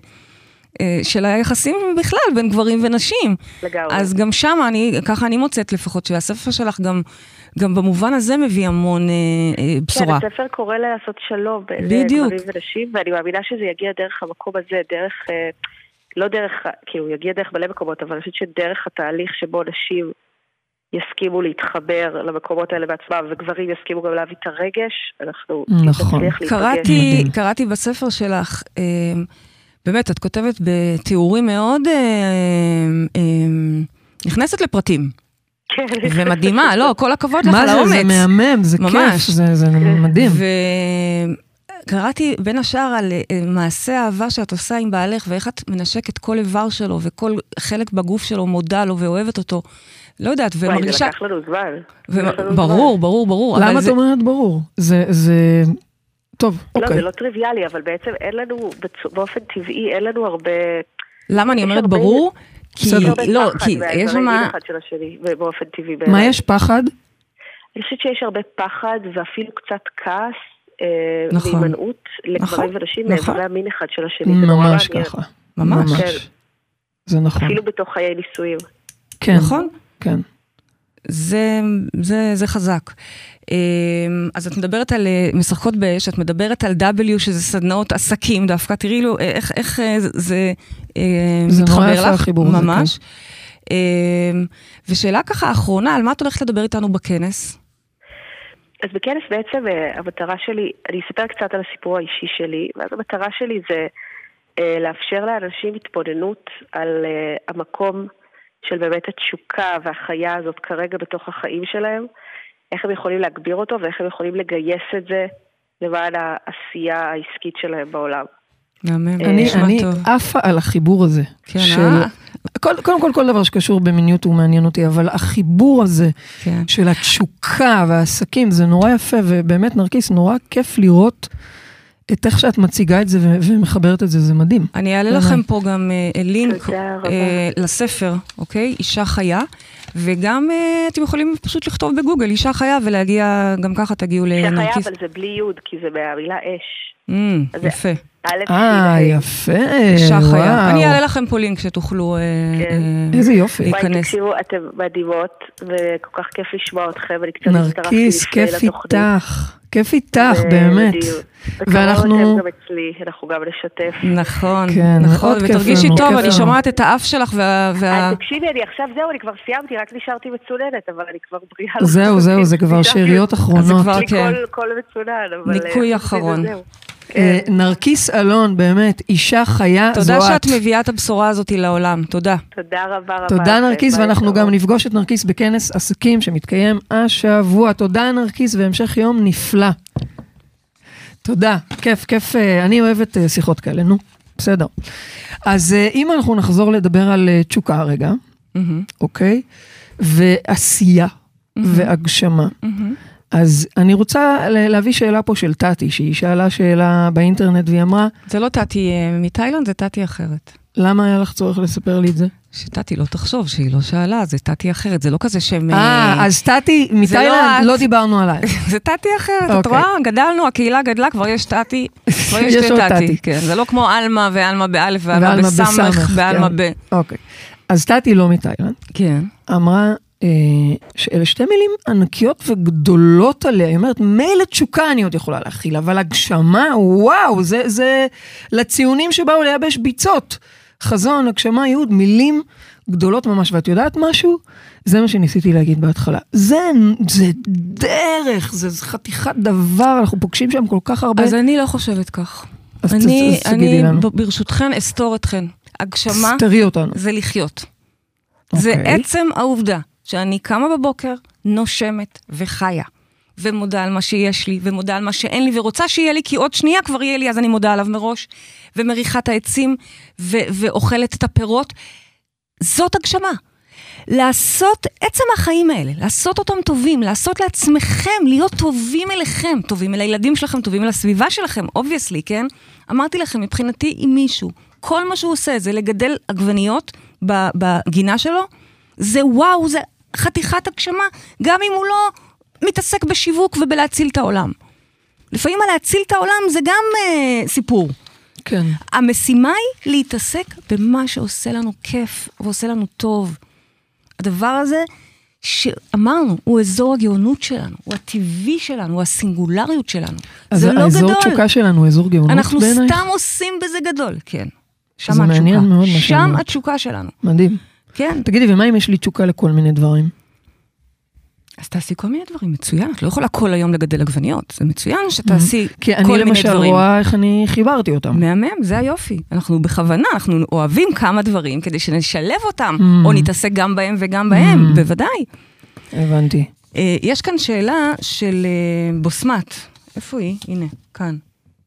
של היחסים בכלל בין גברים ונשים. לגמרי. אז גם שם, ככה אני מוצאת לפחות, שהספר שלך גם במובן הזה מביא המון בשורה. כן, הספר קורא לעשות שלום בין גברים ונשים, ואני מאמינה שזה יגיע דרך המקום הזה, לא דרך, כי הוא יגיע דרך מלא מקומות, אבל אני חושבת שדרך התהליך שבו נשים יסכימו להתחבר למקומות האלה בעצמם, וגברים יסכימו גם להביא את הרגש, אנחנו נצליח להתרגש. קראתי בספר שלך, באמת, את כותבת בתיאורים מאוד, נכנסת לפרטים. כן. ומדהימה, לא, כל הכבוד לך על האומץ. מה זה? זה מהמם, זה כיף, זה מדהים. קראתי בין השאר על מעשה האהבה שאת עושה עם בעלך, ואיך את מנשקת כל איבר שלו, וכל חלק בגוף שלו מודה לו ואוהבת אותו. לא יודעת, ומרגישה... זה לקח לנו זמן. ברור. למה את אומרת ברור? זה... טוב, אוקיי. לא, זה לא טריוויאלי, אבל בעצם אין לנו, באופן טבעי, אין לנו הרבה... למה אני אומרת ברור? כי יש מה... באופן טבעי. מה יש פחד? אני חושבת שיש הרבה פחד, ואפילו קצת כעס, והימנעות לגברים ונשים, מעבר מין אחד של השני. ממש ככה. ממש. זה נכון. אפילו בתוך חיי נישואים. כן. נכון? כן. זה חזק. אז את מדברת על משחקות באש, את מדברת על W, שזה סדנאות עסקים דווקא, תראי לו איך זה מתחבר לך, ממש. ושאלה ככה האחרונה, על מה את הולכת לדבר איתנו בכנס? אז בכנס בעצם המטרה שלי, אני אספר קצת על הסיפור האישי שלי, ואז המטרה שלי זה לאפשר לאנשים התבוננות על המקום של באמת התשוקה והחיה הזאת כרגע בתוך החיים שלהם, איך הם יכולים להגביר אותו ואיך הם יכולים לגייס את זה למען העשייה העסקית שלהם בעולם. אני עפה על החיבור הזה. קודם כל, כל דבר שקשור במיניות הוא מעניין אותי, אבל החיבור הזה של התשוקה והעסקים זה נורא יפה, ובאמת נרקיס, נורא כיף לראות את איך שאת מציגה את זה ומחברת את זה, זה מדהים. אני אעלה לכם פה גם לינק לספר, אוקיי? אישה חיה, וגם אתם יכולים פשוט לכתוב בגוגל אישה חיה, ולהגיע, גם ככה תגיעו לנרקיס. אישה חיה, אבל זה בלי יוד, כי זה במילה אש. יפה. יפה, אישה חיה. אני אעלה לכם פה לינק שתוכלו איזה יופי. תקשיבו, אתם מדהימות, וכל כך כיף לשמוע אתכם, נרקיס, כיף איתך. כיף איתך, באמת. ואנחנו... אנחנו גם נשתף. נכון, נכון, ותרגישי טוב, אני שומעת את האף שלך תקשיבי, אני עכשיו זהו, אני כבר סיימתי, רק נשארתי מצוננת, אבל אני כבר בריאה. זהו, זה כבר שאריות אחרונות. כל מצונן. ניקוי אחרון. נרקיס אלון, באמת, אישה חיה זו את. תודה שאת מביאה את הבשורה הזאת לעולם, תודה. תודה רבה. תודה נרקיס, ואנחנו גם נפגוש את נרקיס בכנס עסקים שמתקיים השבוע. תודה נרקיס, והמשך יום נפלא. תודה, כיף, אני אוהבת שיחות כאלה, נו, בסדר. אז אם אנחנו נחזור לדבר על תשוקה רגע, אוקיי? ועשייה והגשמה. אז אני רוצה להביא שאלה פה של טאטי, שהיא שאלה שאלה באינטרנט והיא אמרה... זה לא טאטי מתאילנד, זה טאטי אחרת. למה היה לך צורך לספר לי את זה? שטאטי לא תחשוב שהיא לא שאלה, זה טאטי אחרת, זה לא כזה שם... אז טאטי מתאילנד לא דיברנו עליי. זה טאטי אחרת, את רואה? גדלנו, הקהילה גדלה, כבר יש טאטי, כבר יש שתי טאטי. זה לא כמו אלמה ואלמה באלף ואלמה בסמך ואלמה ב... אוקיי. אז טאטי לא מתאילנד. כן. אמרה... שאלה שתי מילים ענקיות וגדולות עליה, היא אומרת, מילא תשוקה אני עוד יכולה להכיל, אבל הגשמה, וואו, זה לציונים שבאו לייבש ביצות, חזון, הגשמה, ייעוד, מילים גדולות ממש, ואת יודעת משהו? זה מה שניסיתי להגיד בהתחלה, זה דרך, זה חתיכת דבר, אנחנו פוגשים שם כל כך הרבה. אז אני לא חושבת כך. אז תגידי לנו. ברשותכן אסתור אתכן, הגשמה זה לחיות. זה עצם העובדה. שאני קמה בבוקר, נושמת וחיה, ומודה על מה שיש לי, ומודה על מה שאין לי, ורוצה שיהיה לי, כי עוד שנייה כבר יהיה לי, אז אני מודה עליו מראש, ומריחה את העצים, ואוכלת את הפירות. זאת הגשמה. לעשות עצם החיים האלה, לעשות אותם טובים, לעשות לעצמכם, להיות טובים אליכם, טובים אל הילדים שלכם, טובים אל הסביבה שלכם, obviously, כן? אמרתי לכם, מבחינתי עם מישהו, כל מה שהוא עושה זה לגדל עגבניות בגינה שלו, זה וואו, זה חתיכת הגשמה, גם אם הוא לא מתעסק בשיווק ובלהציל את העולם. לפעמים להציל את העולם זה גם סיפור. כן. המשימה היא להתעסק במה שעושה לנו כיף ועושה לנו טוב. הדבר הזה שאמרנו, הוא אזור הגאונות שלנו, הוא הטבעי שלנו, הוא הסינגולריות שלנו. זה לא גדול. האזור תשוקה שלנו הוא אזור גאונות אנחנו בעינייך? סתם עושים בזה גדול, כן. שם זה מעניין מאוד מה שאמרת. שם התשוקה שלנו. מדהים. כן. תגידי, ומה אם יש לי תשוקה לכל מיני דברים? אז תעשי כל מיני דברים, מצוין. את לא יכולה כל היום לגדל עגבניות. זה מצוין שתעשי כל מיני דברים. כי אני למשל רואה איך אני חיברתי אותם. מהמם, זה היופי. אנחנו בכוונה, אנחנו אוהבים כמה דברים כדי שנשלב אותם, או נתעסק גם בהם וגם בהם, בוודאי. הבנתי. יש כאן שאלה של בוסמת. איפה היא? הנה, כאן.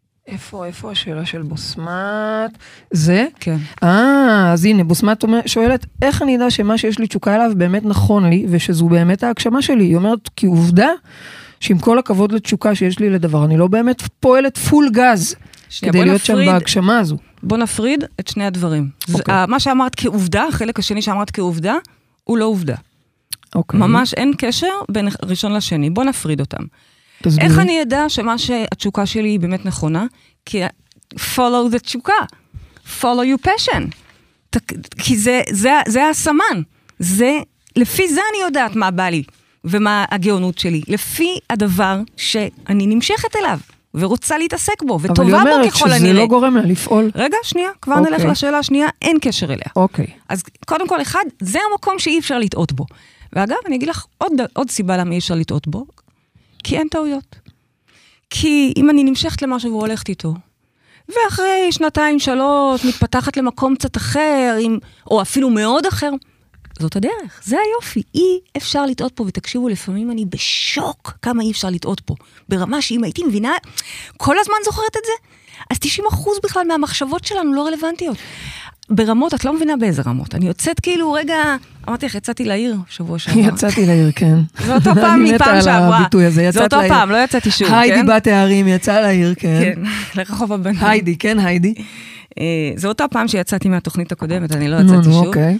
איפה השאלה של בוסמת? זה? כן. אז הנה, בוסמת שואלת, איך אני יודע שמה שיש לי תשוקה אליו באמת נכון לי, ושזו באמת ההגשמה שלי? היא אומרת, כי עובדה, שעם כל הכבוד לתשוקה שיש לי לדבר, אני לא באמת פועלת פול גז, כדי להיות שם בהגשמה הזו. בוא נפריד את שני הדברים. מה שאמרת כעובדה, החלק השני שאמרת כעובדה, הוא לא עובדה. ממש אין קשר בין ראשון לשני. בוא נפריד אותם. איך אני אדע שמה שהתשוקה שלי היא באמת נכונה? כי follow the תשוקה. follow your passion. כי זה הסמן. לפי זה אני יודעת מה בא לי, ומה הגאונות שלי. לפי הדבר שאני נמשכת אליו, ורוצה להתעסק בו, וטובה בו ככל הנראה. אבל היא אומרת שזה לא גורם לה לפעול. רגע, שנייה, כבר נלך לשאלה השנייה, אין קשר אליה. אוקיי. אז קודם כל, אחד, זה המקום שאי אפשר לטעות בו. ואגב, אני אגיד לך עוד סיבה למה אי אפשר לטעות בו, כי אין טעויות. כי אם אני נמשכת למשהו והולכת איתו, ואחרי 2-3 מתפתחת למקום קצת אחר, או אפילו מאוד אחר, זאת הדרך, זה היופי. אי אפשר לטעות פה, ותקשיבו, לפעמים אני בשוק כמה אי אפשר לטעות פה. ברמה שאם הייתי מבינה, כל הזמן זוכרת את זה, אז 90% בכלל מהמחשבות שלנו לא רלוונטיות. ברמות, את לא מבינה באיזה רמות. אני יוצאת כאילו, רגע, אמרתי לך, יצאתי לעיר שבוע שעבר. יצאתי לעיר, כן. זה אותו פעם מפעם שעברה. זה אותו פעם, לא יצאתי שוב, כן? היידי בת הערים, יצאה לעיר, כן. כן, לרחוב הבן. היידי, כן, היידי. זה אותה פעם שיצאתי מהתוכנית הקודמת, אני לא יצאתי שוב. אוקיי.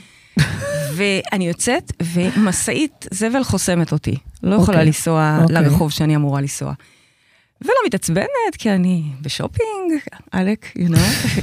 ואני יוצאת, ומסעית זבל חוסמת אותי. לא יכולה לנסוע לרחוב שאני אמורה לנסוע. ולא מתעצבנת, כי אני בשופינג, אלק, you know.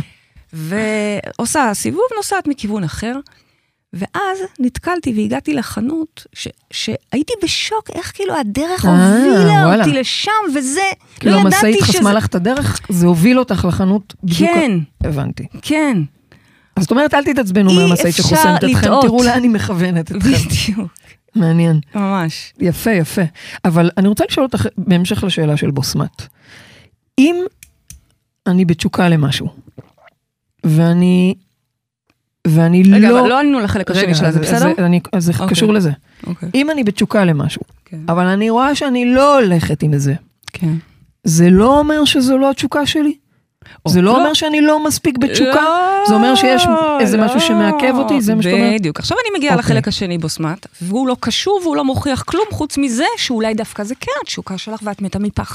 ועושה סיבוב, נוסעת מכיוון אחר, ואז נתקלתי והגעתי לחנות, שהייתי בשוק, איך כאילו הדרך הובילה אותי לשם, וזה, לא ידעתי שזה... כאילו המסעית חסמה לך את הדרך, זה הוביל אותך לחנות בדיוק... כן. הבנתי. כן. אז זאת אומרת, אל תתעצבנו מהמסעית שחוסמת אתכם, תראו לאן היא מכוונת אתכם. בדיוק. מעניין. ממש. יפה, יפה. אבל אני רוצה לשאול אותך, בהמשך לשאלה של בוסמת, אם אני בתשוקה למשהו, ואני לא... רגע, אבל לא עלינו לחלק השני שלה, זה בסדר? אז זה קשור לזה. אם אני בתשוקה למשהו, אבל אני רואה שאני לא הולכת עם זה, זה לא אומר שזו לא התשוקה שלי? זה לא אומר שאני לא מספיק בתשוקה? זה אומר שיש איזה משהו שמעכב אותי? זה מה שאת אומרת? בדיוק. עכשיו אני מגיעה לחלק השני בוסמת, והוא לא קשור והוא לא מוכיח כלום, חוץ מזה שאולי דווקא זה כן התשוקה שלך ואת מתה מפחד.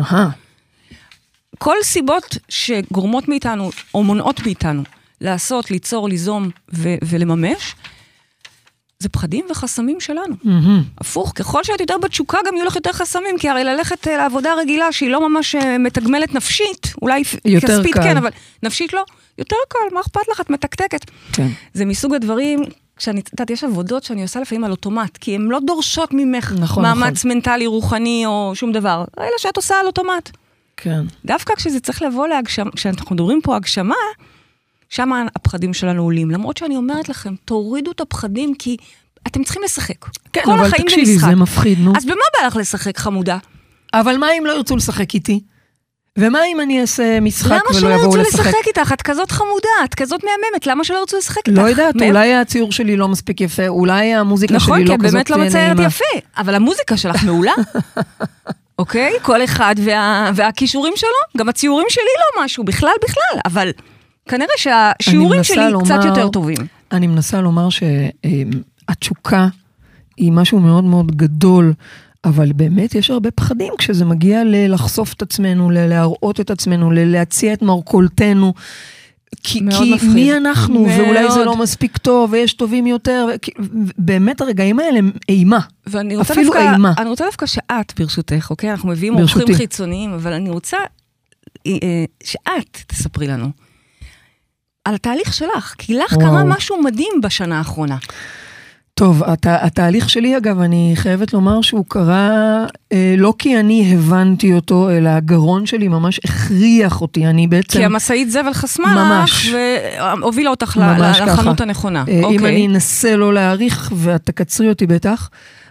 כל סיבות שגורמות מאיתנו, או מונעות מאיתנו, לעשות, ליצור, ליזום ולממש, זה פחדים וחסמים שלנו. הפוך, ככל שאת יותר בתשוקה, גם יהיו לך יותר חסמים, כי הרי ללכת לעבודה רגילה, שהיא לא ממש מתגמלת נפשית, אולי כספית כן, אבל נפשית לא, יותר קל, מה אכפת לך? את מתקתקת. זה מסוג הדברים, יש עבודות שאני עושה לפעמים על אוטומט, כי הן לא דורשות ממך מאמץ מנטלי, רוחני, או שום דבר. אלה שאת עושה על אוטומט. כן. דווקא כשזה צריך לבוא להגשמה, כשאנחנו מדברים פה הגשמה, שם הפחדים שלנו עולים. למרות שאני אומרת לכם, תורידו את הפחדים, כי אתם צריכים לשחק. כן, אבל תקשיבי, זה מפחיד, נו. אז במה בא לך לשחק, חמודה? אבל מה אם לא ירצו לשחק איתי? ומה אם אני אעשה משחק ולא יבואו לשחק? למה שלא ירצו לשחק איתך? את כזאת חמודה, את כזאת מהממת, למה שלא ירצו לשחק איתך? לא יודעת, אולי הציור שלי לא מספיק יפה, אולי המוזיקה שלי לא כזאת נעימה. נכון, כי באמת לא מציירת יפה, אבל המוזיקה שלך מעולה. אוקיי? כל אחד והכישורים שלו, גם הציורים שלי לא משהו, בכלל, אבל כנראה שהשיעורים שלי קצת יותר טובים. אני מנסה לומר שהתשוקה היא משהו מאוד מאוד גדול, אבל באמת יש הרבה פחדים כשזה מגיע לחשוף את עצמנו, להראות את עצמנו, להציע את מרכולתנו, כי מי אנחנו, ואולי זה לא מספיק טוב, ויש טובים יותר, באמת הרגעים האלה הם אימה, אפילו אימה. אני רוצה דווקא שאת, ברשותך, אוקיי? אנחנו מביאים אורחים חיצוניים, אבל אני רוצה שאת תספרי לנו על התהליך שלך, כי לך קרה משהו מדהים בשנה האחרונה. טוב, התהליך שלי, אגב, אני חייבת לומר שהוא קרה, לא כי אני הבנתי אותו, אלא הגרון שלי ממש הכריח אותי, אני בעצם... כי המסעית זבל חסמה לך, והובילה אותך לחנות הנכונה. אם אני אנסה לא להעריך, ואת תקצרי אותי בטח,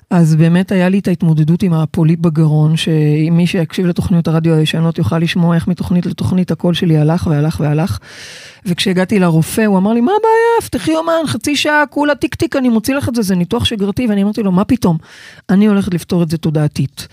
אז באמת היה לי את ההתמודדות עם הפוליפ בגרון, שמי שיקשיב לתוכניות הרדיו הישנות יוכל לשמוע איך מתוכנית לתוכנית הקול שלי הלך והלך והלך. וכשהגעתי לרופא הוא אמר לי, מה הבעיה? פתחי יומן, חצי שעה, כולה טיק טיק, אני מוציא לך את זה, זה ניתוח שגרתי, ואני אמרתי לו, מה פתאום? אני הולכת לפתור את זה תודעתית.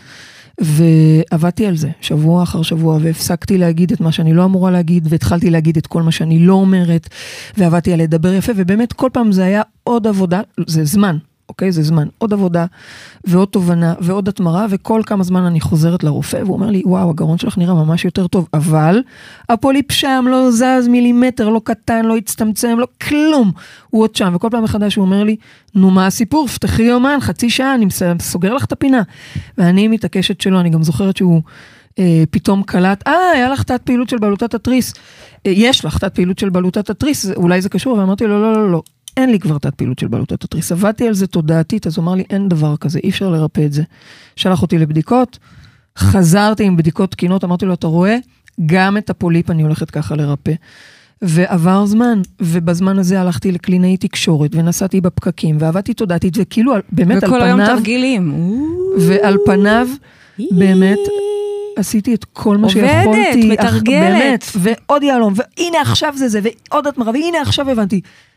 ועבדתי על זה, שבוע אחר שבוע, והפסקתי להגיד את מה שאני לא אמורה להגיד, והתחלתי להגיד את כל מה שאני לא אומרת, ועבדתי על לדבר יפה, ובאמת כל פעם זה היה עוד עבודה, זה זמן, אוקיי? זה זמן, עוד עבודה, ועוד תובנה, ועוד התמרה, וכל כמה זמן אני חוזרת לרופא, והוא אומר לי, וואו, הגרון שלך נראה ממש יותר טוב, אבל הפוליפ שם לא זז מילימטר, לא קטן, לא הצטמצם, לא כלום, הוא עוד שם, וכל פעם מחדש הוא אומר לי, נו מה הסיפור, פתחי יומן, חצי שעה, אני סוגר לך את הפינה, ואני מתעקשת שלו, אני גם זוכרת שהוא פתאום קלט, היה לך תת פעילות של בלוטת התריס, יש לך תת פעילות של בלוטת התריס, אולי זה קשור, ואמרתי לו, לא, לא, לא, אין לי כבר תת פעילות של בלוטת התריס, עבדתי על זה תודעתית, אז הוא אמר לי, אין דבר כזה, אי אפשר לרפא את זה. שלח אותי לבדיקות, חזרתי עם בדיקות תקינות, אמרתי לו, אתה רואה, גם את הפוליפ אני הולכת ככה לרפא. ועבר זמן, ובזמן הזה הלכתי לקלינאי תקשורת, ונסעתי בפקקים, ועבדתי תודעתית, וכאילו באמת על פניו, וכל היום תרגילים. ועל פניו, באמת, עשיתי את כל מה שיכולתי. עובדת, מתרגלת. באמת, ועוד יעלום, והנה עכשיו זה, ועוד התמרה, והנה עכשיו הבנתי.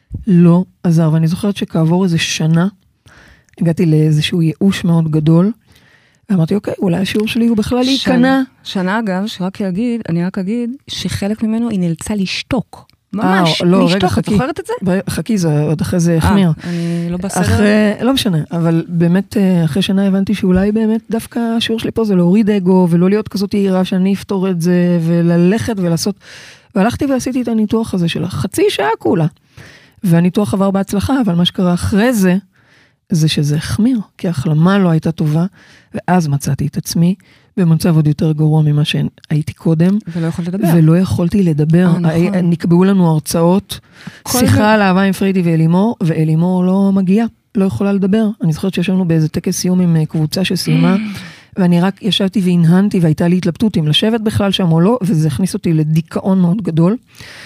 לא עזר, ואני זוכרת שכעבור איזה שנה, הגעתי לאיזשהו ייאוש מאוד גדול, ואמרתי, אוקיי, אולי השיעור שלי הוא בכלל להיכנע. שנה אגב, אני רק אגיד, שחלק ממנו היא נאלצה לשתוק. ממש, לשתוק, את זוכרת את זה? חכי, זה עוד אחרי זה החמיר. אני לא בסדר. לא משנה, אבל באמת אחרי שנה הבנתי שאולי באמת דווקא השיעור שלי פה זה להוריד אגו, ולא להיות כזאת יעירה שאני אפתור את זה, וללכת ולעשות, והלכתי ועשיתי את הניתוח הזה של חצי שעה כולה. והניתוח עבר בהצלחה, אבל מה שקרה אחרי זה, זה שזה החמיר, כי ההחלמה לא הייתה טובה, ואז מצאתי את עצמי במצב עוד יותר גרוע ממה שהייתי קודם. ולא יכולתי לדבר. נקבעו לנו הרצאות, שיחה על אהבה עם פריידי ואלימור, ואלימור לא מגיעה, לא יכולה לדבר. אני זוכרת שישבנו באיזה טקס סיום עם קבוצה שסיימה, ואני רק ישבתי והנהנתי, והייתה לי התלבטות אם לשבת בכלל שם או לא, וזה הכניס אותי לדיכאון מאוד גדול.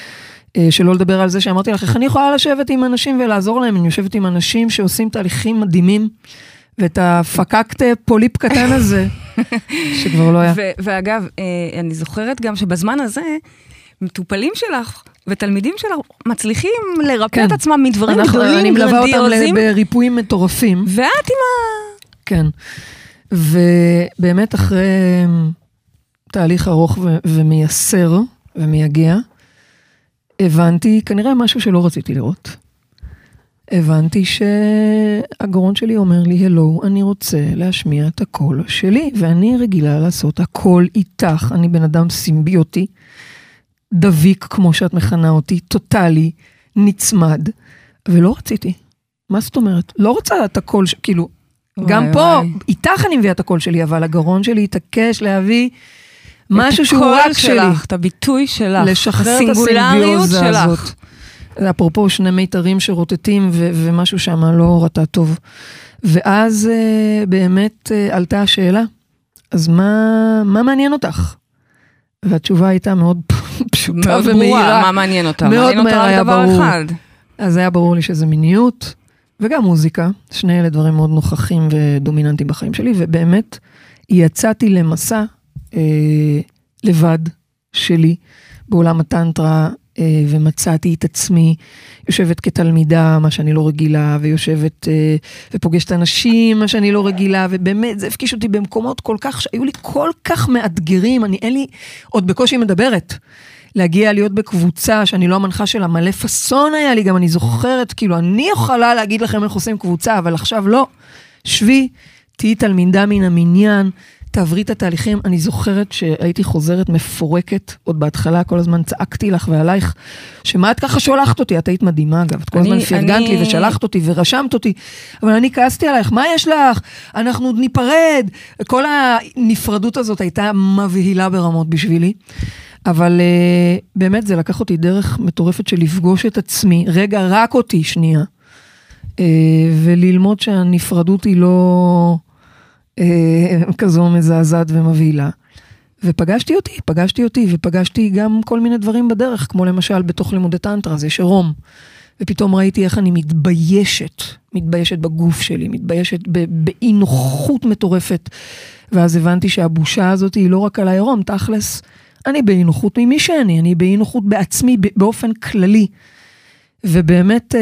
שלא לדבר על זה שאמרתי לך, איך אני יכולה לשבת עם אנשים ולעזור להם, אני יושבת עם אנשים שעושים תהליכים מדהימים, ואת הפקקט פוליפ קטן הזה, שכבר לא היה. ואגב, אני זוכרת גם שבזמן הזה, מטופלים שלך ותלמידים שלך מצליחים לרפא את עצמם מדברים גדולים, אני מלווה אותם בריפויים מטורפים. ואת עם כן. ובאמת אחרי תהליך ארוך ומייסר ומייגע, הבנתי כנראה משהו שלא רציתי לראות. הבנתי שהגרון שלי אומר לי, הלו, אני רוצה להשמיע את הקול שלי, ואני רגילה לעשות הכל איתך. אני בן אדם סימביוטי, דביק כמו שאת מכנה אותי, טוטלי, נצמד, ולא רציתי. מה זאת אומרת? לא רוצה את הקול, כאילו, גם פה, איתך אני מביאה את הקול שלי, אבל הגרון שלי התעקש להביא משהו שהוא רק שלי. את הביטוי שלך, לשחרר את הסימביוזה הזאת. אפרופו שני מיתרים שרוטטים ומשהו שם לא ראתה טוב. ואז באמת עלתה השאלה, אז מה מעניין אותך? והתשובה הייתה מאוד פשוטה ומהירה. מה מעניין אותה? מאוד מהר היה ברור. אחד. אז היה ברור לי שזה מיניות, וגם מוזיקה. שני אלה דברים מאוד נוכחים ודומיננטיים בחיים שלי, ובאמת יצאתי למסע לבד שלי בעולם הטנטרה, ומצאתי את עצמי, יושבת כתלמידה, מה שאני לא רגילה, ויושבת ופוגשת אנשים, מה שאני לא רגילה, ובאמת זה הפגיש אותי במקומות כל כך, שהיו לי כל כך מאתגרים, אין לי, עוד בקושי מדברת, להגיע להיות בקבוצה, שאני לא המנחה שלה, מלא פסון היה לי, גם אני זוכרת, כאילו אני יכולה להגיד לכם איך עושים קבוצה, אבל עכשיו לא, שבי, תהי תלמידה מן המניין, תעברי את התהליכים, אני זוכרת שהייתי חוזרת מפורקת, עוד בהתחלה כל הזמן צעקתי לך ועלייך, שמה את ככה שולחת אותי, את היית מדהימה אגב, את כל הזמן פרגנת לי ושלחת אותי ורשמת אותי, אבל אני כעסתי עלייך, מה יש לך? אנחנו ניפרד, כל הנפרדות הזאת הייתה מבהילה ברמות בשבילי, אבל באמת זה לקח אותי דרך מטורפת של לפגוש את עצמי, רגע רק אותי שנייה, וללמוד שהנפרדות היא לא כזו מזעזעת ומבהילה. ופגשתי אותי, ופגשתי גם כל מיני דברים בדרך, כמו למשל בתוך לימודי טנטרה, זה יש עירום. ופתאום ראיתי איך אני מתביישת בגוף שלי, מתביישת באי נוחות מטורפת, ואז הבנתי שהבושה הזאת היא לא רק על העירום, תכלס, אני באי נוחות ממי שאני, אני באי נוחות בעצמי באופן כללי, ובאמת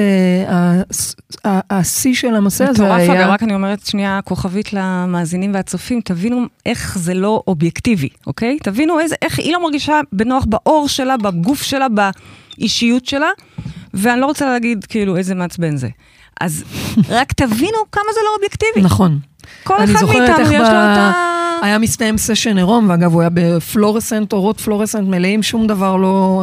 השיא של המסע הזה היה... מטורף, רק אני אומרת שנייה כוכבית למאזינים והצופים, תבינו איך זה לא אובייקטיבי, אוקיי? תבינו איך היא לא מרגישה בנוח באור שלה, בגוף שלה, באישיות שלה, ואני לא רוצה להגיד כאילו איזה מעצבן זה. אז רק תבינו כמה זה לא אובייקטיבי. נכון. כל אחד מאיתנו יש לו את ה... היה מסתיים סשן עירום, ואגב הוא היה בפלורסנט, אורות פלורסנט מלאים, שום דבר לא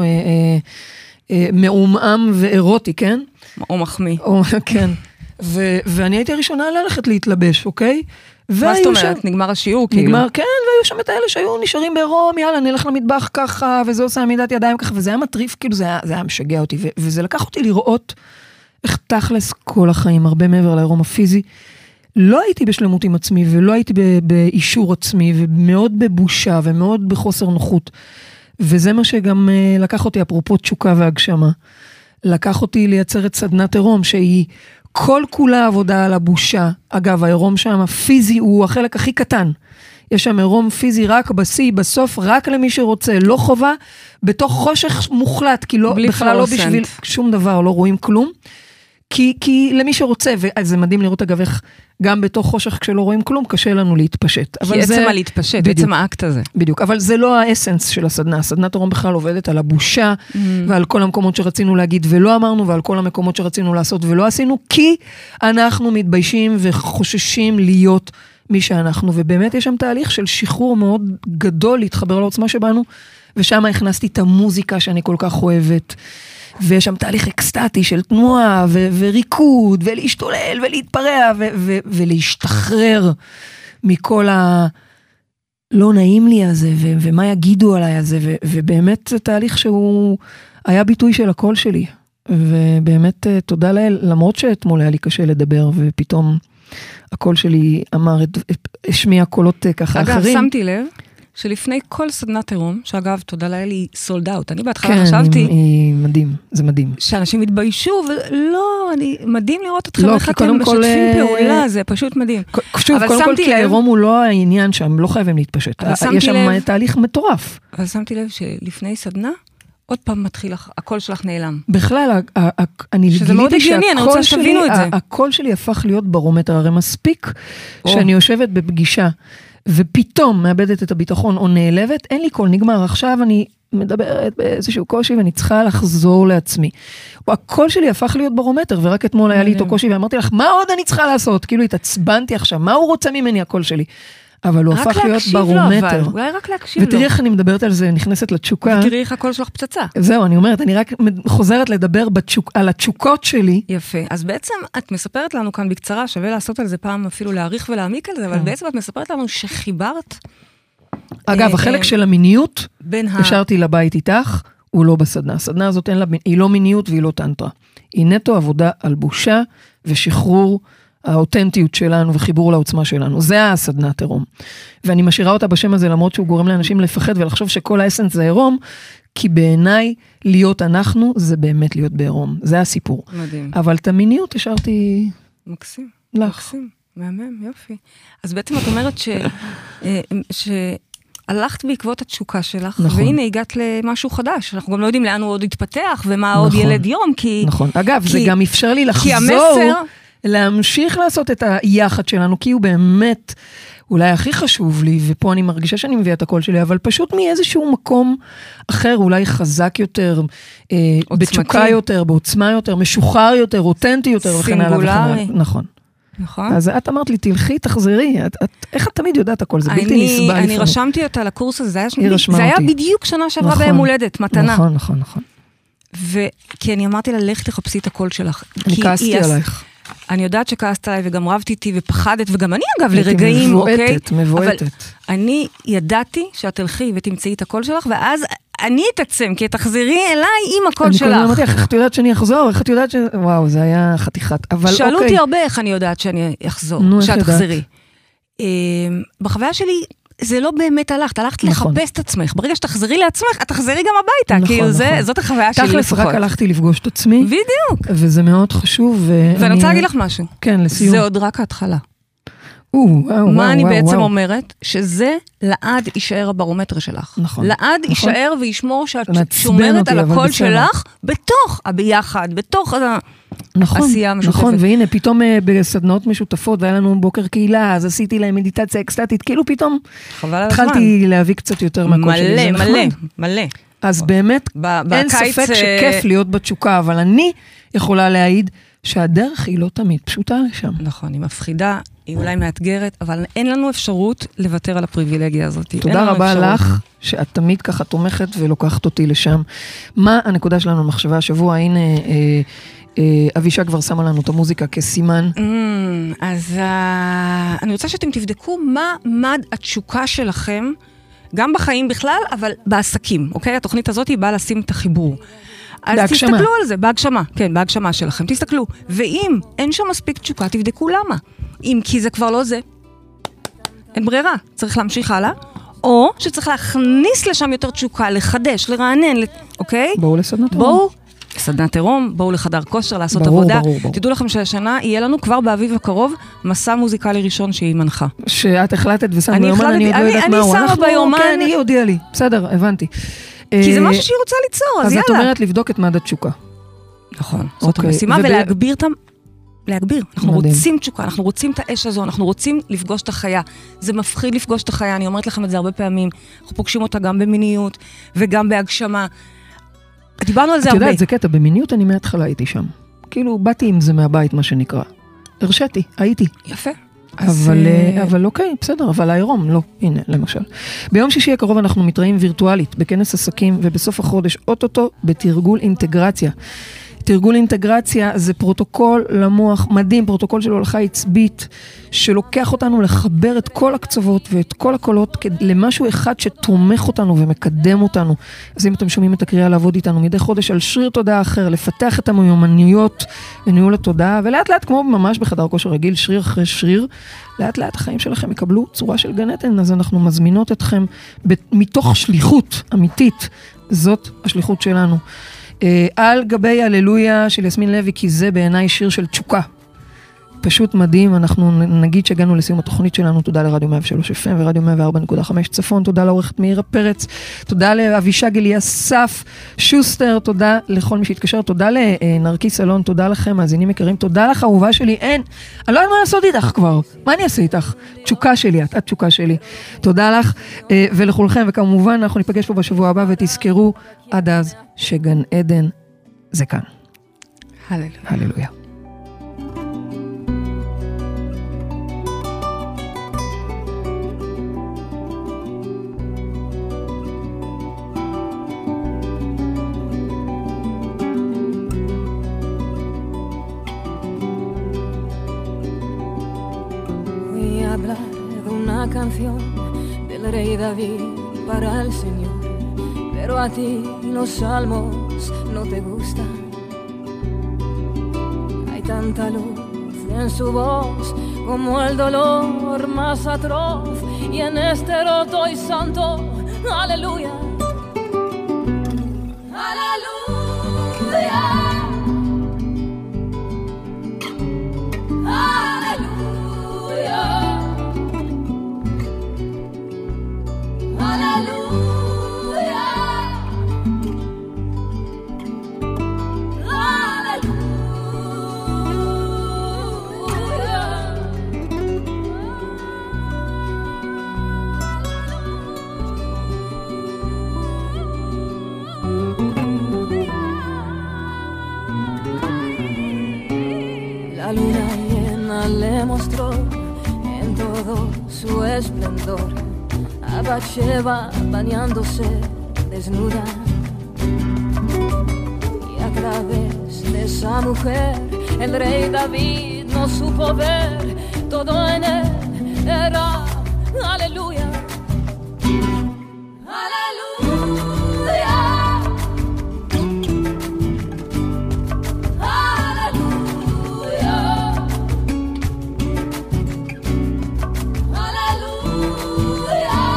מעומעם ואירוטי, כן? או מחמיא. כן. ואני הייתי הראשונה ללכת להתלבש, אוקיי? מה זאת אומרת? נגמר השיעור כאילו? נגמר, כן, והיו שם את האלה שהיו נשארים בעירום, יאללה, נלך למטבח ככה, וזה עושה עמידת ידיים ככה, וזה היה מטריף, כאילו זה היה משגע אותי, וזה לקח אותי לראות איך תכלס כל החיים, הרבה מעבר לעירום הפיזי, לא הייתי בשלמות עם עצמי, ולא הייתי באישור עצמי, ומאוד בבושה, ומאוד בחוסר נוחות. וזה מה שגם לקח אותי, אפרופו תשוקה והגשמה. לקח אותי לייצר את סדנת עירום, שהיא כל כולה עבודה על הבושה. אגב, העירום שם הפיזי הוא החלק הכי קטן. יש שם עירום פיזי רק בסוף, רק למי שרוצה, לא חובה, בתוך חושך מוחלט, כי לא, בכלל לא בשביל שום דבר, לא רואים כלום. כי למי שרוצה, וזה מדהים לראות אגב איך גם בתוך חושך כשלא רואים כלום, קשה לנו להתפשט. כי עצם להתפשט, עצם האקט הזה. בדיוק, אבל זה לא האסנס של הסדנה. הסדנת עירום בכלל עובדת על הבושה, ועל כל המקומות שרצינו להגיד ולא אמרנו, ועל כל המקומות שרצינו לעשות ולא עשינו, כי אנחנו מתביישים וחוששים להיות מי שאנחנו, ובאמת יש שם תהליך של שחרור מאוד גדול להתחבר לעוצמה שבנו, ושם הכנסתי את המוזיקה שאני כל כך אוהבת, ויש שם תהליך אקסטטי של תנועה וריקוד, ולהשתולל ולהתפרע, ולהשתחרר מכל לא נעים לי הזה, ומה יגידו עליי הזה, ובאמת זה תהליך שהוא היה ביטוי של הקול שלי, ובאמת תודה לאל, למרות שאתמול היה לי קשה לדבר, ופתאום הקול שלי אמר, השמיע קולות ככה אחרים. אגב, שמתי לב, שלפני כל סדנת עירום, שאגב, תודה לאל, היא סולד אאוט. אני בהתחלה חשבתי... כן, מדהים, זה מדהים. שאנשים התביישו, ולא, מדהים לראות אתכם, איך אתם משתפים פעולה, זה פשוט מדהים. שוב, קודם כל, כי העירום הוא לא העניין שם, לא חייבים להתפשט. יש שם תהליך מטורף. אבל שמתי לב שלפני סדנה, עוד פעם מתחיל, הקול שלך נעלם. בכלל, אני גיליתי שהקול שלי הפך להיות ברומטר, הרי מספיק שאני יושבת בפגישה, ופתאום מאבדת את הביטחון או נעלבת, אין לי קול, נגמר. עכשיו אני מדברת באיזשהו קושי, ואני צריכה לחזור לעצמי. הקול שלי הפך להיות ברומטר, ורק אתמול היה לי איתו קושי, ואמרתי לך, מה עוד אני צריכה לעשות? כאילו התעצבנתי עכשיו, מה הוא רוצה ממני הקול שלי? אבל הוא הפך להיות ברומטר. אולי רק להקשיב לו. ותראי איך אני מדברת על זה, נכנסת לתשוקה. ותראי איך הקול שלך פצצה. זהו, אני אומרת, אני רק חוזרת לדבר על התשוקות שלי. יפה. אז בעצם את מספרת לנו כאן בקצרה, שווה לעשות על זה פעם אפילו להעריך ולהעמיק על זה, אבל בעצם את מספרת לנו שחיברת... אגב, החלק של המיניות, השארתי לבית איתך, הוא לא בסדנה. הסדנה הזאת היא לא מיניות והיא לא טנטרה. היא נטו עבודה על בושה ושחרור האותנטיות שלנו וחיבור לעוצמה שלנו. זה הסדנת עירום. ואני משאירה אותה בשם הזה, למרות שהוא גורם לאנשים לפחד ולחשוב שכל האסנס זה עירום, כי בעיניי להיות אנחנו זה באמת להיות בעירום. זה הסיפור. מדהים. אבל את המיניות השארתי מקסים. לך. מקסים. מהמם, יופי. אז בעצם את אומרת שהלכת בעקבות התשוקה שלך, נכון. והנה הגעת למשהו חדש. אנחנו גם לא יודעים לאן הוא עוד יתפתח, ומה עוד ילד יום, כי... נכון. אגב, זה גם אפשר לי לחזור, להמשיך לעשות את היחד שלנו, כי הוא באמת אולי הכי חשוב לי, ופה אני מרגישה שאני מביאה את הקול שלי, אבל פשוט מאיזשהו מקום אחר, אולי חזק יותר, בתשוקה יותר, בעוצמה יותר, משוחרר יותר, אותנטי יותר, סינגולרי. נכון. נכון. אז את אמרת לי, תלכי, תחזרי, איך את תמיד יודעת הכל, זה בלתי נסבל לפעמים. אני רשמתי אותה לקורס הזה, זה היה בדיוק שנה שעברה ביום הולדת, מתנה. נכון. כי אני אמרתי לה, לך תחפשי את הקול שלך. אני כעסתי עלייך. אני יודעת שכעסת עליי, וגם רבתי איתי ופחדת, וגם אני אגב לרגעים, אוקיי? מבועטת. אבל אני ידעתי שאת תלכי ותמצאי את הקול שלך, ואז אני אתעצם, כי תחזרי אליי עם הקול שלך. אני אמרתי לך, איך את יודעת שאני אחזור? איך את יודעת ש... וואו, זה היה חתיכת. שאלו אותי הרבה איך אני יודעת שאני אחזור, שאת תחזרי. בחוויה שלי, זה לא באמת הלכת לחפש את עצמך. ברגע שתחזרי לעצמך, את תחזרי גם הביתה, נכון, כאילו זאת החוויה שלי לפחות. תכלס רק הלכתי לפגוש את עצמי. בדיוק. וזה מאוד חשוב. ואני רוצה להגיד לך משהו. כן, לסיום. זה עוד רק ההתחלה. וואו, מה אני בעצם אומרת? שזה לעד יישאר הברומטר שלך. נכון. לעד יישאר וישמור שאת שומרת על הקול שלך, בתוך הביחד, בתוך העשייה המשותפת. נכון, והנה, פתאום בסדנאות משותפות, והיה לנו בוקר קהילה, אז עשיתי להם מדיטציה אקסטטית, כאילו פתאום התחלתי להביא קצת יותר מהקול שלי. מלא. אז באמת, אין ספק שכיף להיות בתשוקה, אבל אני יכולה להעיד שהדרך היא לא תמיד פשוטה לשם. נכון, היא מפחידה, היא אולי מאתגרת, אבל אין לנו אפשרות לוותר על הפריבילגיה הזאת. תודה רבה לך, שאת תמיד ככה תומכת ולוקחת אותי לשם. מה הנקודה שלנו במחשבה השבוע? הנה, אבישה כבר שמה לנו את המוזיקה כסימן. אז אני רוצה שאתם תבדקו מה מד התשוקה שלכם, גם בחיים בכלל, אבל בעסקים, אוקיי? התוכנית הזאת היא באה לשים את החיבור. אז בהגשמה. תסתכלו על זה, בהגשמה, כן, בהגשמה שלכם, תסתכלו. ואם אין שם מספיק תשוקה, תבדקו למה. אם כי זה כבר לא זה, אין ברירה, צריך להמשיך הלאה, או שצריך להכניס לשם יותר תשוקה, לחדש, לרענן, אוקיי? בואו לסדנת עירום. בואו לסדנת עירום, בואו לחדר כושר, לעשות ברור, עבודה. ברור. תדעו לכם שהשנה יהיה לנו כבר באביב הקרוב, מסע מוזיקלי ראשון שהיא מנחה. שאת החלטת ושם ביומן, אני עוד לא יודעת מהו. אני שמה ביומן. כן, היא הודיעה לי, בסדר, הבנתי. כי זה משהו שהיא רוצה ליצור, אז יאללה. אז את אומרת לבדוק את מד התשוקה. נכון, זאת המשימה, ולהגביר אותם, להגביר. אנחנו רוצים תשוקה, אנחנו רוצים את האש הזו, אנחנו רוצים לפגוש את החיה. זה מפחיד לפגוש את החיה, אני אומרת לכם את זה הרבה פעמים. אנחנו פוגשים אותה גם במיניות וגם בהגשמה. דיברנו על זה הרבה. את יודעת, זה קטע, במיניות אני מההתחלה הייתי שם. כאילו, באתי עם זה מהבית, מה שנקרא. הרשיתי, הייתי. יפה. אבל אוקיי, בסדר, אבל העירום, לא, הנה, למשל. ביום שישי הקרוב אנחנו מתראים וירטואלית, בכנס עסקים, ובסוף החודש, אוטוטו, בתרגול אינטגרציה. תרגול אינטגרציה זה פרוטוקול למוח מדהים, פרוטוקול של הולכה עצבית, שלוקח אותנו לחבר את כל הקצוות ואת כל הקולות למשהו אחד שתומך אותנו ומקדם אותנו. אז אם אתם שומעים את הקריאה לעבוד איתנו מדי חודש על שריר תודעה אחר, לפתח את המיומנויות לניהול התודעה, ולאט לאט כמו ממש בחדר כושר רגיל, שריר אחרי שריר, לאט לאט החיים שלכם יקבלו צורה של גן עדן, אז אנחנו מזמינות אתכם מתוך שליחות אמיתית, זאת השליחות שלנו. על גבי הללויה של יסמין לוי, כי זה בעיניי שיר של תשוקה. פשוט מדהים, אנחנו נגיד שהגענו לסיום התוכנית שלנו, תודה לרדיו 103 FM ורדיו 104.5 צפון, תודה לעורכת מאירה פרץ, תודה לאבישג אליסף שוסטר, תודה לכל מי שהתקשר, תודה לנרקיס אלון, תודה לכם, מאזינים יקרים, תודה לך אהובה שלי, אני לא יודעת מה לעשות איתך כבר, מה אני אעשה איתך? תשוקה שלי, את תשוקה שלי. תודה לך ולכולכם, וכמובן אנחנו ניפגש פה בשבוע הבא, ותזכרו עד אז שגן עדן זה כאן. הללויה. הללויה. Canción del rey David para el Señor, pero a ti los salmos no te gustan. Hay tanta luz en su voz como el dolor más atroz, y en este roto y santo, aleluya, aleluya. La luna llena le mostró en todo su esplendor a Bathsheba bañándose desnuda, y a través de esa mujer el rey David no supo ver, todo en él era aleluya, aleluya. Hallelujah.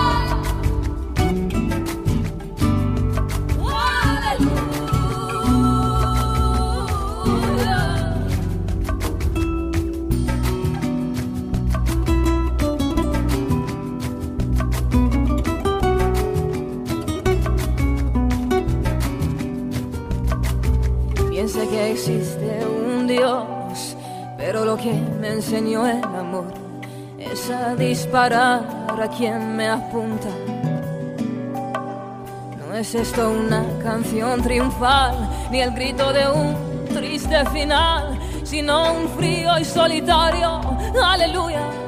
Pensé que existe un Dios, pero lo que me enseñó el amor es a disparar a quien me apunta. No es esto una canción triunfal, ni el grito de un triste final, sino un frío y solitario aleluya.